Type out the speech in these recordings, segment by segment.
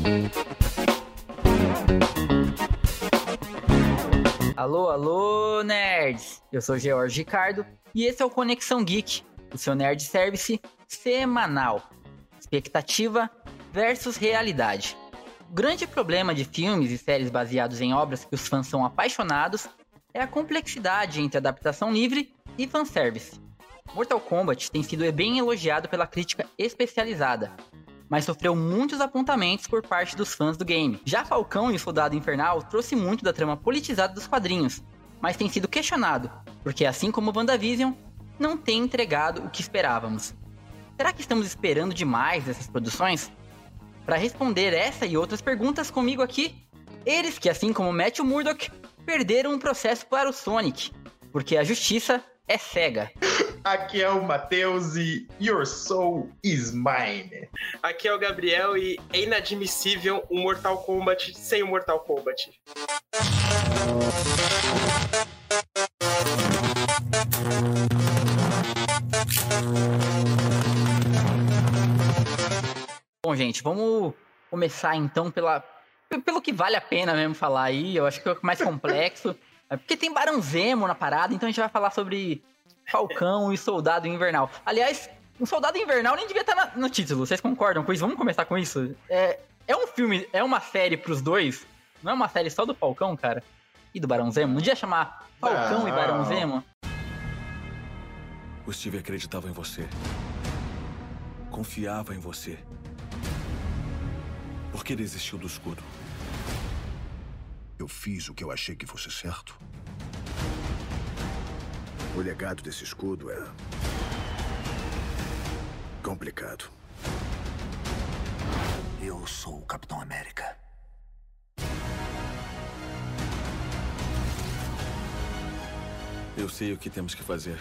Alô, alô, nerds! Eu sou George Ricardo e esse é o Conexão Geek, o seu nerd service semanal. Expectativa versus realidade. O grande problema de filmes e séries baseados em obras que os fãs são apaixonados é a complexidade entre adaptação livre e fanservice. Mortal Kombat tem sido bem elogiado pela crítica especializada, mas sofreu muitos apontamentos por parte dos fãs do game. Já Falcão e o Soldado Invernal trouxe muito da trama politizada dos quadrinhos, mas tem sido questionado, porque assim como WandaVision, não tem entregado o que esperávamos. Será que estamos esperando demais dessas produções? Para responder essa e outras perguntas comigo aqui, eles que, assim como Matthew Murdock, perderam um processo para o Sonic, porque a justiça é cega. Aqui é o Matheus e Your Soul is Mine. Aqui é o Gabriel e é inadmissível um Mortal Kombat sem o Mortal Kombat. Bom, gente, vamos começar então pelo que vale a pena mesmo falar aí. Eu acho que é o mais complexo. É porque tem Barão Zemo na parada, então a gente vai falar sobre Falcão e Soldado Invernal. Aliás, o Soldado Invernal nem devia estar no título, vocês concordam com isso? Vamos começar com isso? É um filme, é uma série pros dois? Não é uma série só do Falcão, cara? E do Barão Zemo? Não devia chamar Falcão e Barão Zemo? O Steve acreditava em você. Confiava em você. Por que desistiu do escudo? Eu fiz o que eu achei que fosse certo. O legado desse escudo é complicado. Eu sou o Capitão América. Eu sei o que temos que fazer.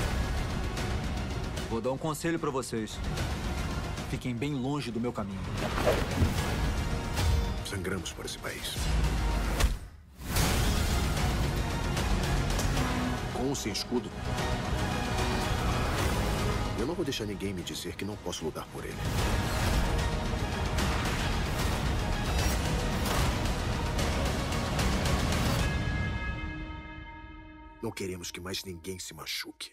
Vou dar um conselho pra vocês. Fiquem bem longe do meu caminho. Sangramos por esse país. Com ou sem escudo, eu não vou deixar ninguém me dizer que não posso lutar por ele. Não queremos que mais ninguém se machuque.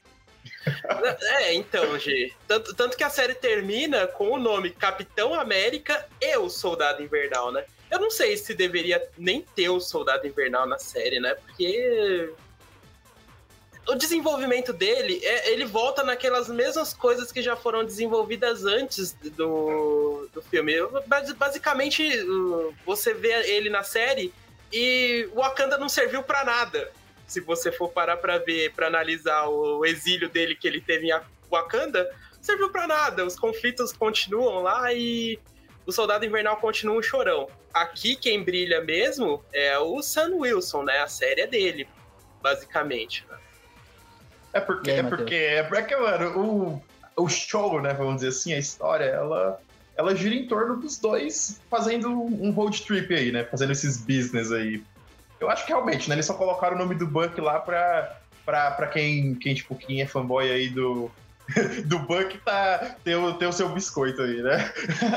Então, G. Tanto que a série termina com o nome Capitão América e o Soldado Invernal, né? Eu não sei se deveria nem ter o Soldado Invernal na série, né? Porque o desenvolvimento dele, ele volta naquelas mesmas coisas que já foram desenvolvidas antes do filme. Basicamente, você vê ele na série e o Wakanda não serviu pra nada. Se você for parar pra ver, pra analisar o exílio dele que ele teve em Wakanda, não serviu pra nada. Os conflitos continuam lá e o Soldado Invernal continua um chorão. Aqui, quem brilha mesmo é o Sam Wilson, né? A série é dele, basicamente, né? É porque, mano, o show, né, vamos dizer assim, a história, ela gira em torno dos dois fazendo um road trip aí, né, fazendo esses business aí. Eu acho que realmente, né, eles só colocaram o nome do Buck lá pra quem é fanboy aí do Buck ter o seu biscoito aí, né?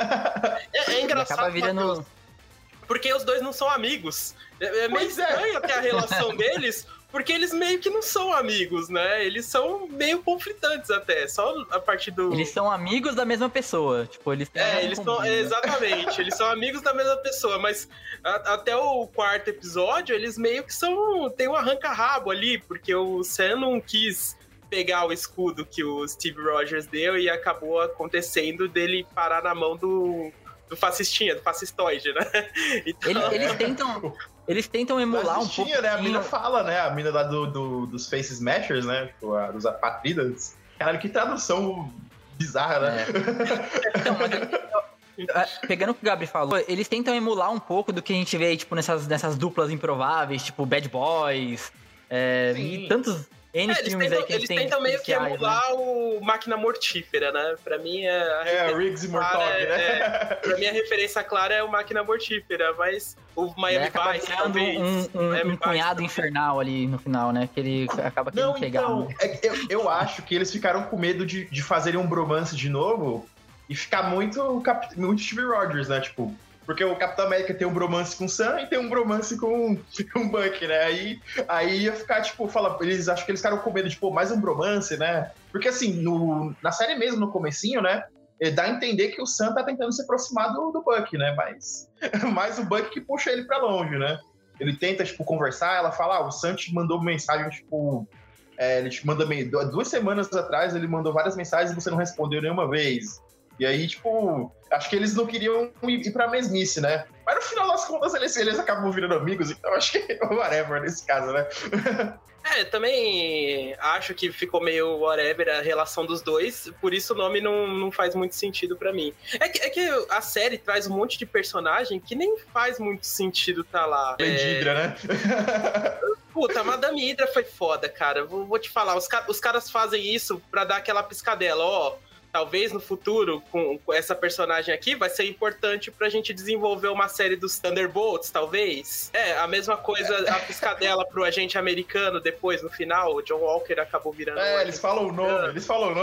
É engraçado, acaba virando... porque os dois não são amigos. É meio estranho até a relação deles, porque eles meio que não são amigos, né? Eles são meio conflitantes até, só a partir do... Eles são amigos da mesma pessoa, tipo, eles têm eles são, exatamente, eles são amigos da mesma pessoa, mas até o quarto episódio, eles meio que tem um arranca-rabo ali, porque o Sam não quis pegar o escudo que o Steve Rogers deu e acabou acontecendo dele parar na mão do fascistinha, do fascistoide, né? Então... Eles tentam emular um pouco. Né? A mina fala, né? A mina lá dos Face Smashers, né? Tipo, dos Apatridas. Caralho, que tradução bizarra, né? Então, mas pegando o que o Gabriel falou, eles tentam emular um pouco do que a gente vê, tipo, nessas duplas improváveis, tipo Bad Boys, e tantos filmes aí que a gente tem. Eles tentam meio que emular o Máquina Mortífera, né? Pra mim a Riggs e Murtaugh, né? Pra mim a referência clara é o Máquina Mortífera, mas o Miami Vice talvez um cunhado infernal ali no final, né? Que ele acaba querendo pegar. Então, eu acho que eles ficaram com medo de fazerem um bromance de novo e ficar muito Steve Rogers, né? Tipo, Porque o Capitão América tem um bromance com o Sam e tem um bromance com o Bucky, né? Aí ia ficar, tipo, eles acham que eles ficaram com medo de, mais um bromance, né? Porque, assim, na série mesmo, no comecinho, né? Dá a entender que o Sam tá tentando se aproximar do Bucky, né? Mas o Bucky que puxa ele pra longe, né? Ele tenta, tipo, conversar, ela fala, o Sam te mandou mensagem, tipo... ele te manda 2 semanas atrás, ele mandou várias mensagens e você não respondeu nenhuma vez. E aí, tipo, acho que eles não queriam ir pra mesmice, né? Mas no final das contas, eles acabam virando amigos, então acho que whatever nesse caso, né? Também acho que ficou meio whatever a relação dos dois, por isso o nome não faz muito sentido pra mim. É que a série traz um monte de personagem que nem faz muito sentido tá lá. Hydra, né? Puta, a Madame Hydra foi foda, cara. Vou te falar, os caras fazem isso pra dar aquela piscadela, ó. Talvez no futuro, com essa personagem aqui, vai ser importante pra gente desenvolver uma série dos Thunderbolts, talvez. A mesma coisa, a piscadela pro agente americano depois, no final, o John Walker acabou virando... eles falam o nome.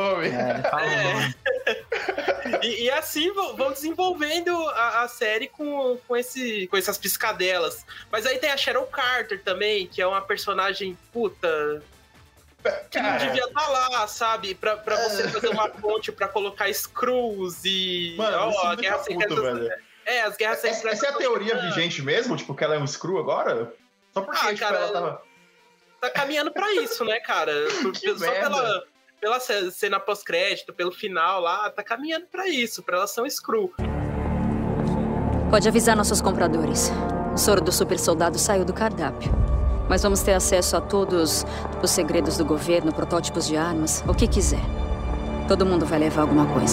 E assim vão desenvolvendo a série com essas piscadelas. Mas aí tem a Sharon Carter também, que é uma personagem, puta... que não devia estar lá, sabe? Pra você fazer uma ponte pra colocar Skrulls e... Mano, a Guerra Secreta... velho. As Guerras Secretas... Essa é a teoria vigente mesmo? Tipo, que ela é um Skrull agora? Só porque cara, ela tava... Tá caminhando pra isso, né, cara? Só pela cena pós-crédito, pelo final lá, tá caminhando pra isso, pra ela ser um Skrull. Pode avisar nossos compradores. O soro do super soldado saiu do cardápio. Mas vamos ter acesso a todos os segredos do governo, protótipos de armas, o que quiser. Todo mundo vai levar alguma coisa.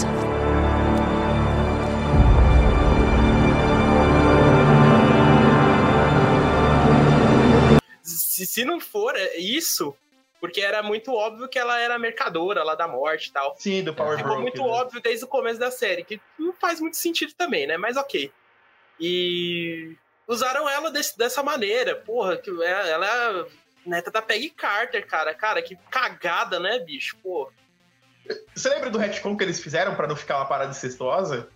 Se não for isso, porque era muito óbvio que ela era mercadora lá da morte e tal. Sim, do Power Broker. Ficou muito óbvio desde o começo da série, que não faz muito sentido também, né? Mas ok. E... usaram ela dessa maneira. Porra, que ela é a neta da Peggy Carter, cara. Cara, que cagada, né, bicho? Pô. Você lembra do retcon que eles fizeram pra não ficar uma parada incestuosa?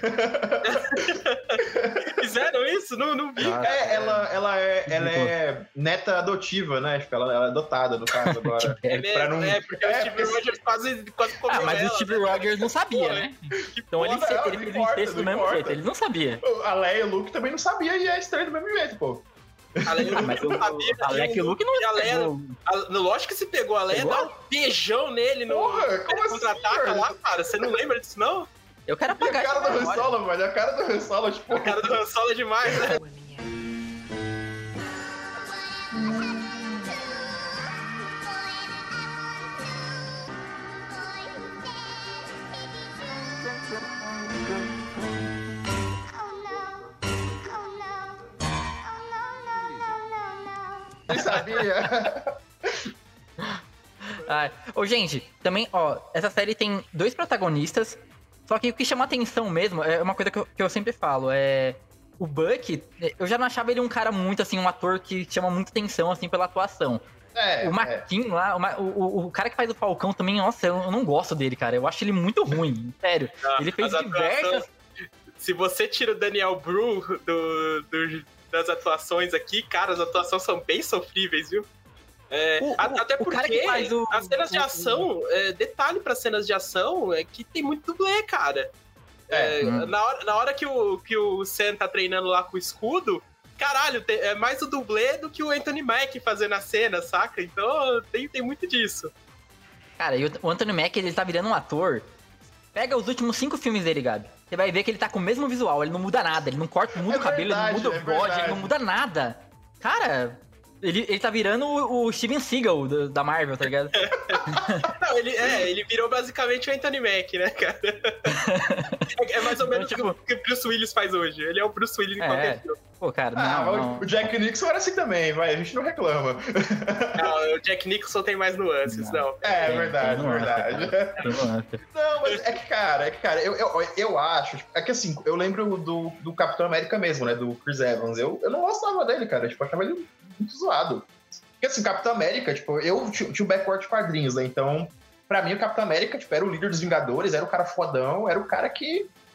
Fizeram isso? Não vi. Ela é neta adotiva, né? Tipo, ela é adotada, no caso, agora. Porque o Steve Rogers quase comeu mas ela, o Steve Rogers não sabia, né? Então ele fez o incesto do mesmo jeito, ele não sabia. A Leia e o Luke também não sabia e é estranho do mesmo jeito, pô. A Leia mas a Leia e o Luke não... A Leia, lógico que se pegou. A Leia dá um beijão nele no contra-ataca lá, cara. Você não lembra disso, não? Eu quero apagar. E a cara do Han Solo, velho. A cara do Han Solo, tipo... A cara do Han Solo é demais, né? Sabia? Gente, também, essa série tem 2 protagonistas, só que o que chama atenção mesmo é uma coisa que eu sempre falo, o Bucky, eu já não achava ele um cara muito, assim, um ator que chama muita atenção, assim, pela atuação. O Marquinhos lá, o cara que faz o Falcão também, nossa, eu não gosto dele, cara, eu acho ele muito ruim, sério. Ele fez diversas... Se você tira o Daniel Bru das atuações aqui, cara, as atuações são bem sofríveis, viu? Até porque as cenas de ação, detalhe para cenas de ação é que tem muito dublê, cara. Na hora que o Sam tá treinando lá com o escudo, caralho, é mais o dublê do que o Anthony Mack fazendo a cena, saca? Então tem muito disso. Cara, e o Anthony Mack, ele tá virando um ator. Pega os últimos 5 filmes dele, Gabi. Você vai ver que ele tá com o mesmo visual, ele não muda nada, ele não muda o cabelo, ele não muda o bode, ele não muda nada. Cara, ele tá virando o Steven Seagal da Marvel, tá ligado? Não, ele virou basicamente o Anthony Mack, né, cara? É mais ou menos o que o Bruce Willis faz hoje. Ele é o Bruce Willis em qualquer filme. Pô, cara, não. O Jack Nicholson era assim também, a gente não reclama. Não, o Jack Nicholson tem mais nuances, não. Verdade. Não, mas é que, cara, eu acho, é que assim, eu lembro do Capitão América mesmo, né, do Chris Evans, eu não gostava dele, cara, tipo, eu achava ele muito zoado. Porque assim, o Capitão América, tipo, eu tinha o backcourt de quadrinhos, né, então, pra mim o Capitão América, tipo, era o líder dos Vingadores, era o cara fodão, era o cara que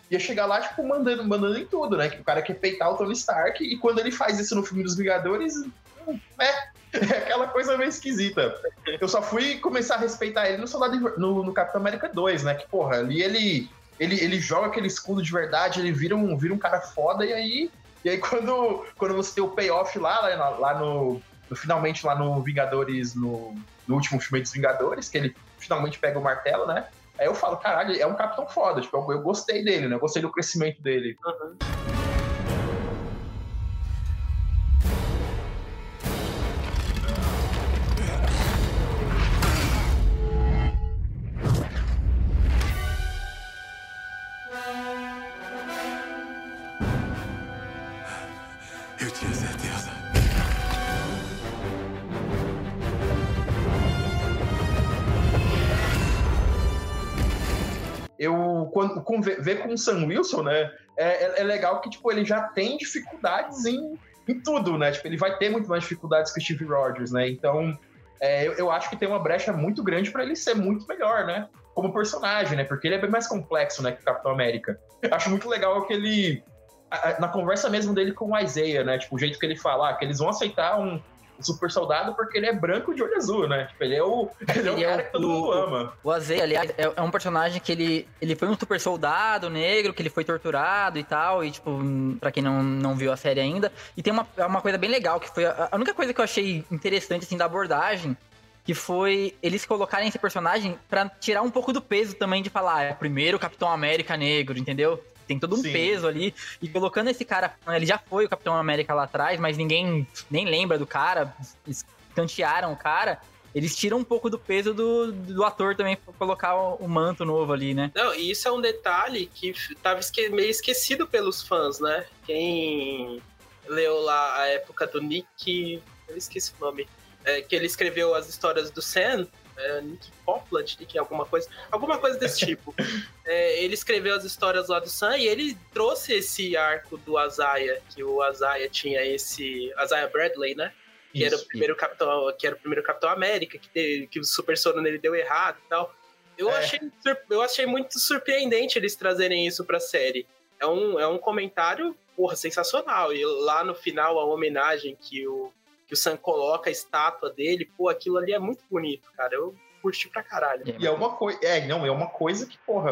ia chegar lá, tipo, mandando em tudo, né? Que o cara quer peitar o Tony Stark, e quando ele faz isso no filme dos Vingadores, é aquela coisa meio esquisita. Eu só fui começar a respeitar ele no Capitão América 2, né? Que, porra, ali ele joga aquele escudo de verdade, ele vira um cara foda, e aí quando você tem o payoff lá no finalmente lá no Vingadores, no último filme dos Vingadores, que ele finalmente pega o martelo, né? Aí eu falo, caralho, é um capitão foda, tipo, eu gostei dele, né? Eu gostei do crescimento dele. Uhum. Eu tinha certeza. Quando ver com o Sam Wilson, né, é legal que, tipo, ele já tem dificuldades em tudo, né, tipo, ele vai ter muito mais dificuldades que o Steve Rogers, né, então eu acho que tem uma brecha muito grande pra ele ser muito melhor, né, como personagem, né, porque ele é bem mais complexo, né, que o Capitão América. Eu acho muito legal que ele, na conversa mesmo dele com o Isaiah, né, tipo, o jeito que ele fala, que eles vão aceitar um super soldado porque ele é branco de olho azul, né? Tipo, ele é o cara que todo mundo ama. O Isaiah, aliás, é um personagem que ele foi um super soldado negro, que ele foi torturado e tal, e tipo, pra quem não viu a série ainda. E tem uma coisa bem legal, que foi a única coisa que eu achei interessante, assim, da abordagem, que foi eles colocarem esse personagem pra tirar um pouco do peso também de falar, é o primeiro Capitão América negro, entendeu? Tem todo um peso ali. E colocando esse cara... Ele já foi o Capitão América lá atrás, mas ninguém nem lembra do cara. Escantearam o cara. Eles tiram um pouco do peso do ator também pra colocar o manto novo ali, né? Não, e isso é um detalhe que tava meio esquecido pelos fãs, né? Quem leu lá a época do Nick... Eu esqueci o nome. Que ele escreveu as histórias do Sam... Nick Popland, Nick alguma coisa desse tipo. Ele escreveu as histórias lá do Sam e ele trouxe esse arco do Isaiah, que o Isaiah tinha esse... Isaiah Bradley, né? Que era o primeiro Capitão América, que o super sono nele deu errado e tal. Eu achei muito surpreendente eles trazerem isso pra série. É um comentário, porra, sensacional. E lá no final, a homenagem que o Sam coloca a estátua dele, pô, aquilo ali é muito bonito, cara. Eu curti pra caralho. E é uma coisa... é uma coisa que, porra,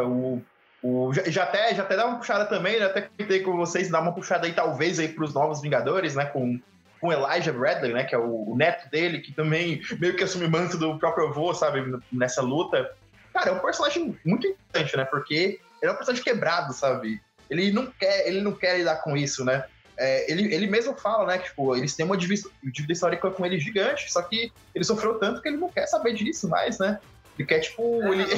já até dá uma puxada também, né? Até comentei com vocês, dá uma puxada aí, talvez, aí pros Novos Vingadores, né? Com Elijah Bradley, né? Que é o neto dele, que também meio que assume manto do próprio avô, sabe? Nessa luta. Cara, é um personagem muito importante, né? Porque ele é um personagem quebrado, sabe? Ele não quer lidar com isso, né? Ele mesmo fala, né, que tipo, eles têm uma dívida histórica com ele gigante, só que ele sofreu tanto que ele não quer saber disso mais, né? Ele quer, tipo,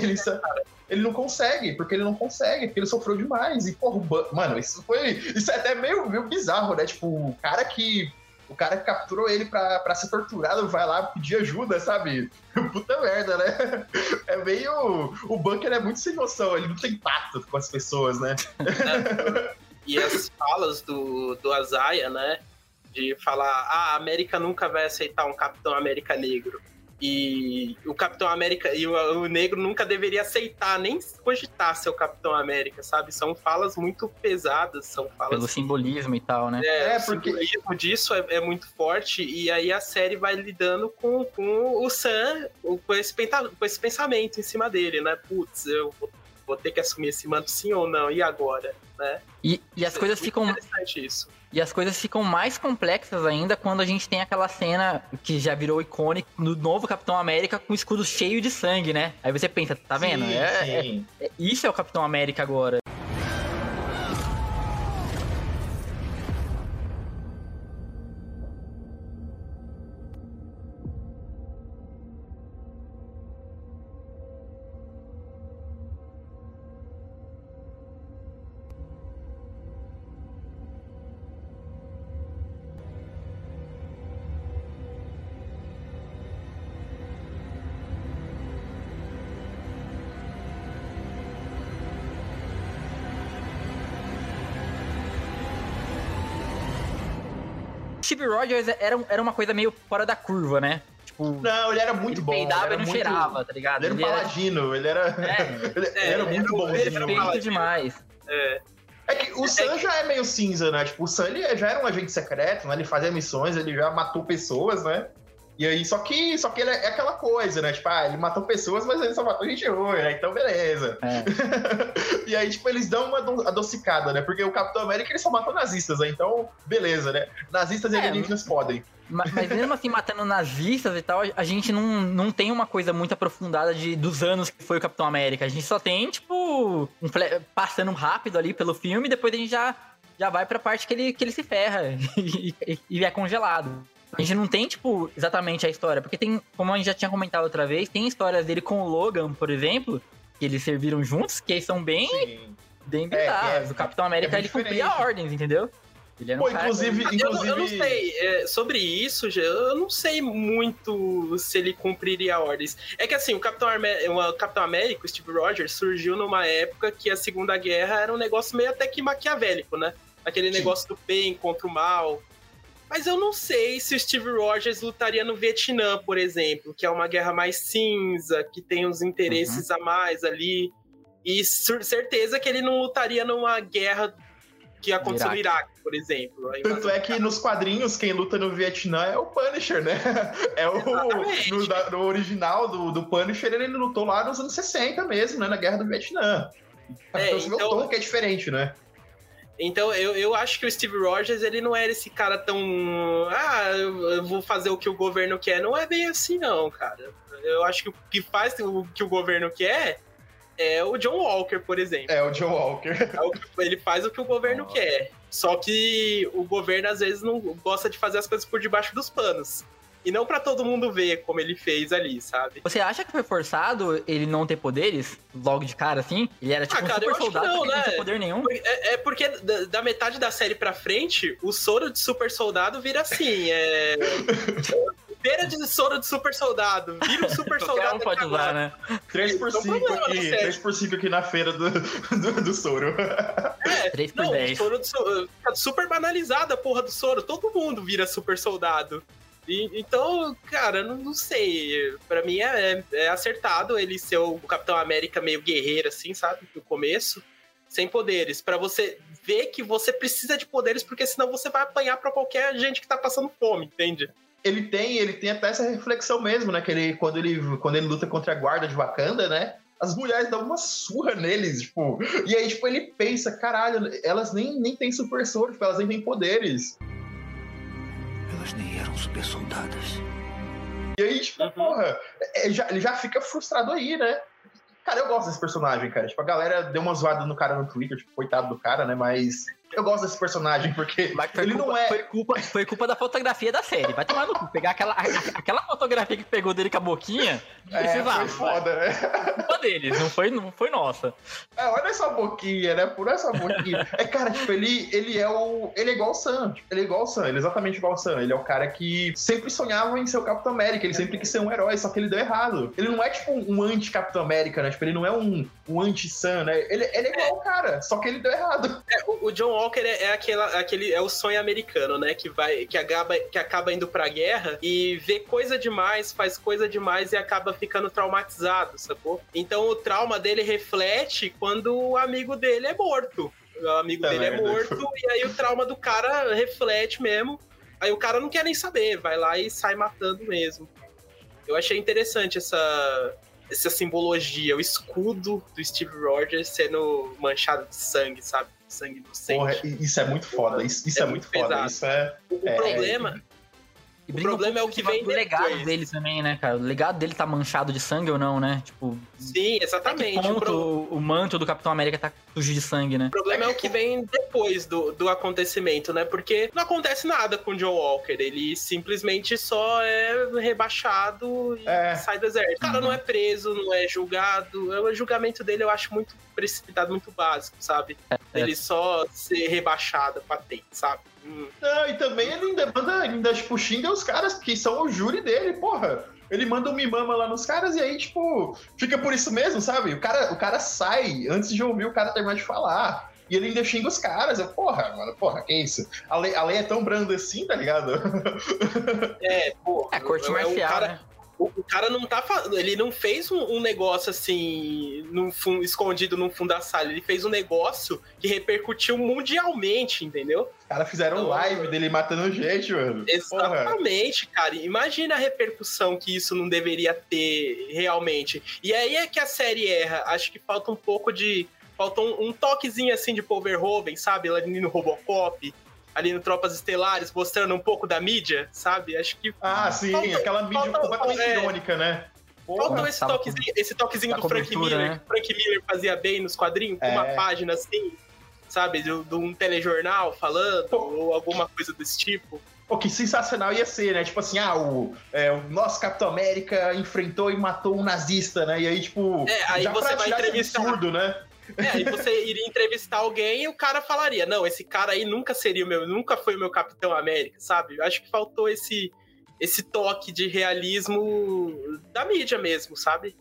ele não consegue, porque ele sofreu demais. E, porra, mano, isso é até meio bizarro, né? Tipo, o cara que capturou ele pra ser torturado vai lá pedir ajuda, sabe? Puta merda, né? É meio... O Bunker é muito sem noção, ele não tem tato com as pessoas, né? E as falas do Isaiah, né? De falar, a América nunca vai aceitar um Capitão América negro. E o Capitão América e o negro nunca deveria aceitar, nem cogitar ser o Capitão América, sabe? São falas muito pesadas, são falas... Pelo simbolismo e tal, né? Porque o simbolismo disso é muito forte, e aí a série vai lidando com o Sam, com esse pensamento em cima dele, né? Putz, eu vou ter que assumir esse manto sim ou não, e agora, né? E as coisas ficam... interessante isso. E as coisas ficam mais complexas ainda quando a gente tem aquela cena que já virou icônica no novo Capitão América com o escudo cheio de sangue, né? Aí você pensa, tá vendo? Sim. Isso é o Capitão América agora. Steve Rogers era uma coisa meio fora da curva, né? Tipo, não, ele era muito bom. Ele peidava e não cheirava, tá ligado? Ele era um paladino, ele era muito bom. Respeito demais. É que o Sam já é meio cinza, né? Tipo, o Sam ele já era um agente secreto, né? Ele fazia missões, ele já matou pessoas, né? E aí, só que ele é aquela coisa, né? Tipo, ele matou pessoas, mas ele só matou gente ruim, né? Então, beleza. E aí, tipo, eles dão uma adocicada, né? Porque o Capitão América, ele só matou nazistas, né? Então, beleza, né? Nazistas e alienígenas podem. Mas mesmo assim, matando nazistas e tal, a gente não tem uma coisa muito aprofundada dos anos que foi o Capitão América. A gente só tem, tipo, passando rápido ali pelo filme, e depois a gente já vai pra parte que ele se ferra e é congelado. A gente não tem, tipo, exatamente a história, porque tem, como a gente já tinha comentado outra vez, tem histórias dele com o Logan, por exemplo, que eles serviram juntos, que são bem bizarras. O Capitão América, ele cumpria ordens, entendeu? Ele era um cara... inclusive... Eu não sei, sobre isso, eu não sei muito se ele cumpriria ordens. É que assim, o Capitão América, o Steve Rogers, surgiu numa época que a Segunda Guerra era um negócio meio até que maquiavélico, né? Aquele negócio do bem contra o mal. Mas eu não sei se o Steve Rogers lutaria no Vietnã, por exemplo, que é uma guerra mais cinza, que tem uns interesses a mais ali. E certeza que ele não lutaria numa guerra que aconteceu no Iraque, por exemplo. Tanto é que nos quadrinhos, quem luta no Vietnã é o Punisher, né? No original do Punisher, ele lutou lá nos anos 60 mesmo, né? Na Guerra do Vietnã. Então você vê o tom que é diferente, né? Então, eu acho que o Steve Rogers, ele não era esse cara tão... eu vou fazer o que o governo quer. Não é bem assim, não, cara. Eu acho que o que faz o que o governo quer é o John Walker, por exemplo. É o John Walker. Ele faz o que o governo quer. Só que o governo, às vezes, não gosta de fazer as coisas por debaixo dos panos. E não pra todo mundo ver como ele fez ali, sabe? Você acha que foi forçado ele não ter poderes logo de cara, assim? Ele era tipo um super soldado, não, que não tinha poder nenhum? É porque da metade da série pra frente, o soro de super soldado vira assim, feira de soro de super soldado. Vira um super soldado. Pode usar, né? 3x5 aqui na feira do soro. 3 por 10. O soro super banalizado a porra do soro. Todo mundo vira super soldado. Então, cara, não sei. Pra mim é acertado ele ser o Capitão América meio guerreiro, assim, sabe? No começo, sem poderes. Pra você ver que você precisa de poderes, porque senão você vai apanhar pra qualquer gente que tá passando fome, entende? Ele tem até essa reflexão mesmo, né? Que quando ele luta contra a guarda de Wakanda, né? As mulheres dão uma surra neles, tipo... E aí, tipo, ele pensa, caralho, elas nem têm super soro, tipo, elas nem têm poderes. Elas nem eram super soldadas. E aí, tipo, porra, ele já fica frustrado aí, né? Cara, eu gosto desse personagem, cara. Tipo, a galera deu uma zoada no cara no Twitter, tipo, coitado do cara, né? Mas eu gosto desse personagem, porque ele não é... Foi culpa da fotografia da série. Vai tomar no cu. Pegar aquela fotografia que pegou dele com a boquinha, foi foda, né? Culpa deles, não foi nossa. Olha essa boquinha, né? Por essa boquinha. Cara, tipo, ele é igual o Sam. Tipo, ele é igual o Sam, ele é exatamente igual o Sam. Ele é o cara que sempre sonhava em ser o Capitão América, ele sempre quis ser um herói, só que ele deu errado. Ele não é, tipo, um anti-Capitão América, né? Tipo, ele não é um anti-Sam, né? Ele é igual o cara, só que ele deu errado. O John Walker é o sonho americano, né? Que acaba indo pra guerra e vê coisa demais, faz coisa demais e acaba ficando traumatizado, sacou? Então o trauma dele reflete quando o amigo dele é morto. O amigo dele é morto e aí o trauma do cara reflete mesmo. Aí o cara não quer nem saber, vai lá e sai matando mesmo. Eu achei interessante essa simbologia, o escudo do Steve Rogers sendo manchado de sangue, sabe? Sangue inocente. Porra, isso é muito foda. Isso é muito foda. Isso o problema... E o problema é o que vem do legado dele também, né, cara? O legado dele tá manchado de sangue ou não, né? Tipo... Sim, exatamente. O manto do Capitão América tá sujo de sangue, né? O problema é o que vem depois do acontecimento, né? Porque não acontece nada com o John Walker. Ele simplesmente só é rebaixado e sai do exército. O cara não é preso, não é julgado. O julgamento dele eu acho muito precipitado, muito básico, sabe? Ele só ser rebaixado, patente, sabe? Não, e também ele ainda tipo, xinga os caras que são o júri dele, porra. Ele manda um mimama lá nos caras e aí, tipo, fica por isso mesmo, sabe? O cara sai antes de ouvir o cara terminar de falar. E ele ainda xinga os caras. Porra, que isso? A lei é tão branda assim, tá ligado? Porra. É corte marcial, né? O cara não tá falando, ele não fez um negócio assim, escondido num fundo da sala, ele fez um negócio que repercutiu mundialmente, entendeu? Os caras fizeram live dele matando gente, mano. Exatamente, cara. Imagina a repercussão que isso não deveria ter realmente. E aí é que a série erra. Acho que falta um pouco de... Falta um toquezinho assim de Paul Verhoeven, sabe? Ali no Robocop, ali no Tropas Estelares, mostrando um pouco da mídia, sabe? Acho que... sim, aquela mídia completamente irônica, né? Faltou esse toquezinho do Frank Miller, né? Que o Frank Miller fazia bem nos quadrinhos, com uma página assim, sabe? De um telejornal falando, ou alguma coisa desse tipo. Pô, que sensacional ia ser, né? Tipo assim, o nosso Capitão América enfrentou e matou um nazista, né? E aí, tipo... aí já você vai entrevistar... absurdo, né? Aí você iria entrevistar alguém e o cara falaria, não, esse cara aí nunca foi o meu Capitão América, sabe? Eu acho que faltou esse toque de realismo da mídia mesmo, sabe?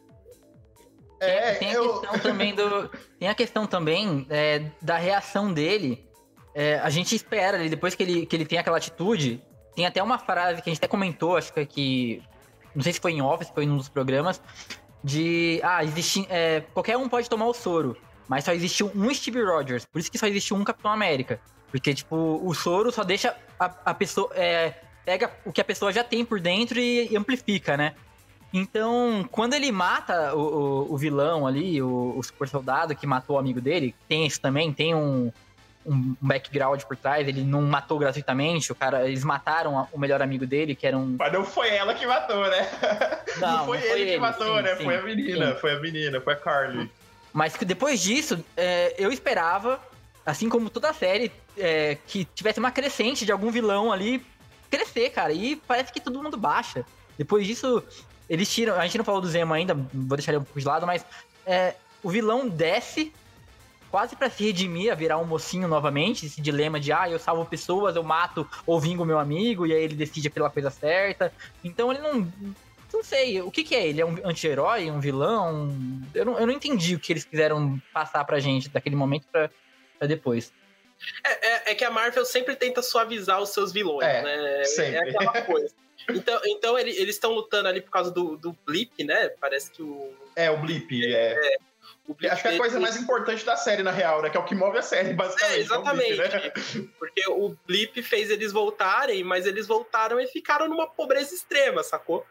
Tem a questão também da reação dele. A gente espera, depois que ele tem aquela atitude, tem até uma frase que a gente até comentou, acho que não sei se foi em off, se foi em um dos programas, de, qualquer um pode tomar o soro, mas só existiu um Steve Rogers, por isso que só existiu um Capitão América. Porque, tipo, o soro só deixa a pessoa... pega o que a pessoa já tem por dentro e amplifica, né? Então, quando ele mata o vilão ali, o super soldado que matou o amigo dele, tem isso também, tem um background por trás, ele não matou gratuitamente, eles mataram o melhor amigo dele, que era um... Mas não foi ela que matou, né? Não foi ele que matou, né? Foi a menina, foi a Carly. Mas depois disso, eu esperava, assim como toda a série, que tivesse uma crescente de algum vilão ali crescer, cara, e parece que todo mundo baixa. Depois disso, eles tiram... A gente não falou do Zemo ainda, vou deixar ele um pouco de lado, mas o vilão desce quase pra se redimir, a virar um mocinho novamente, esse dilema de, eu salvo pessoas, eu mato ou vingo meu amigo, e aí ele decide pela coisa certa. Então ele não sei, o que é ele? É um anti-herói, um vilão? Eu não entendi o que eles quiseram passar pra gente daquele momento pra depois. É que a Marvel sempre tenta suavizar os seus vilões, né? Sempre. É aquela coisa. Então eles estão lutando ali por causa do Blip, né? Parece que o Blip, acho que é a coisa mais importante da série, na real, né? Que é o que move a série, basicamente. Exatamente. É o Blip, né? Porque o Blip fez eles voltarem, mas eles voltaram e ficaram numa pobreza extrema, sacou?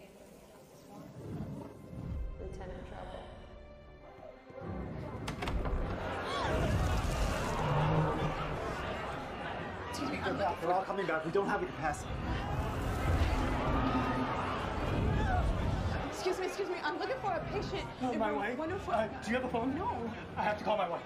They're all coming back. We don't have the capacity. Excuse me. I'm looking for a patient. My wife? Do you have a phone? No. I have to call my wife.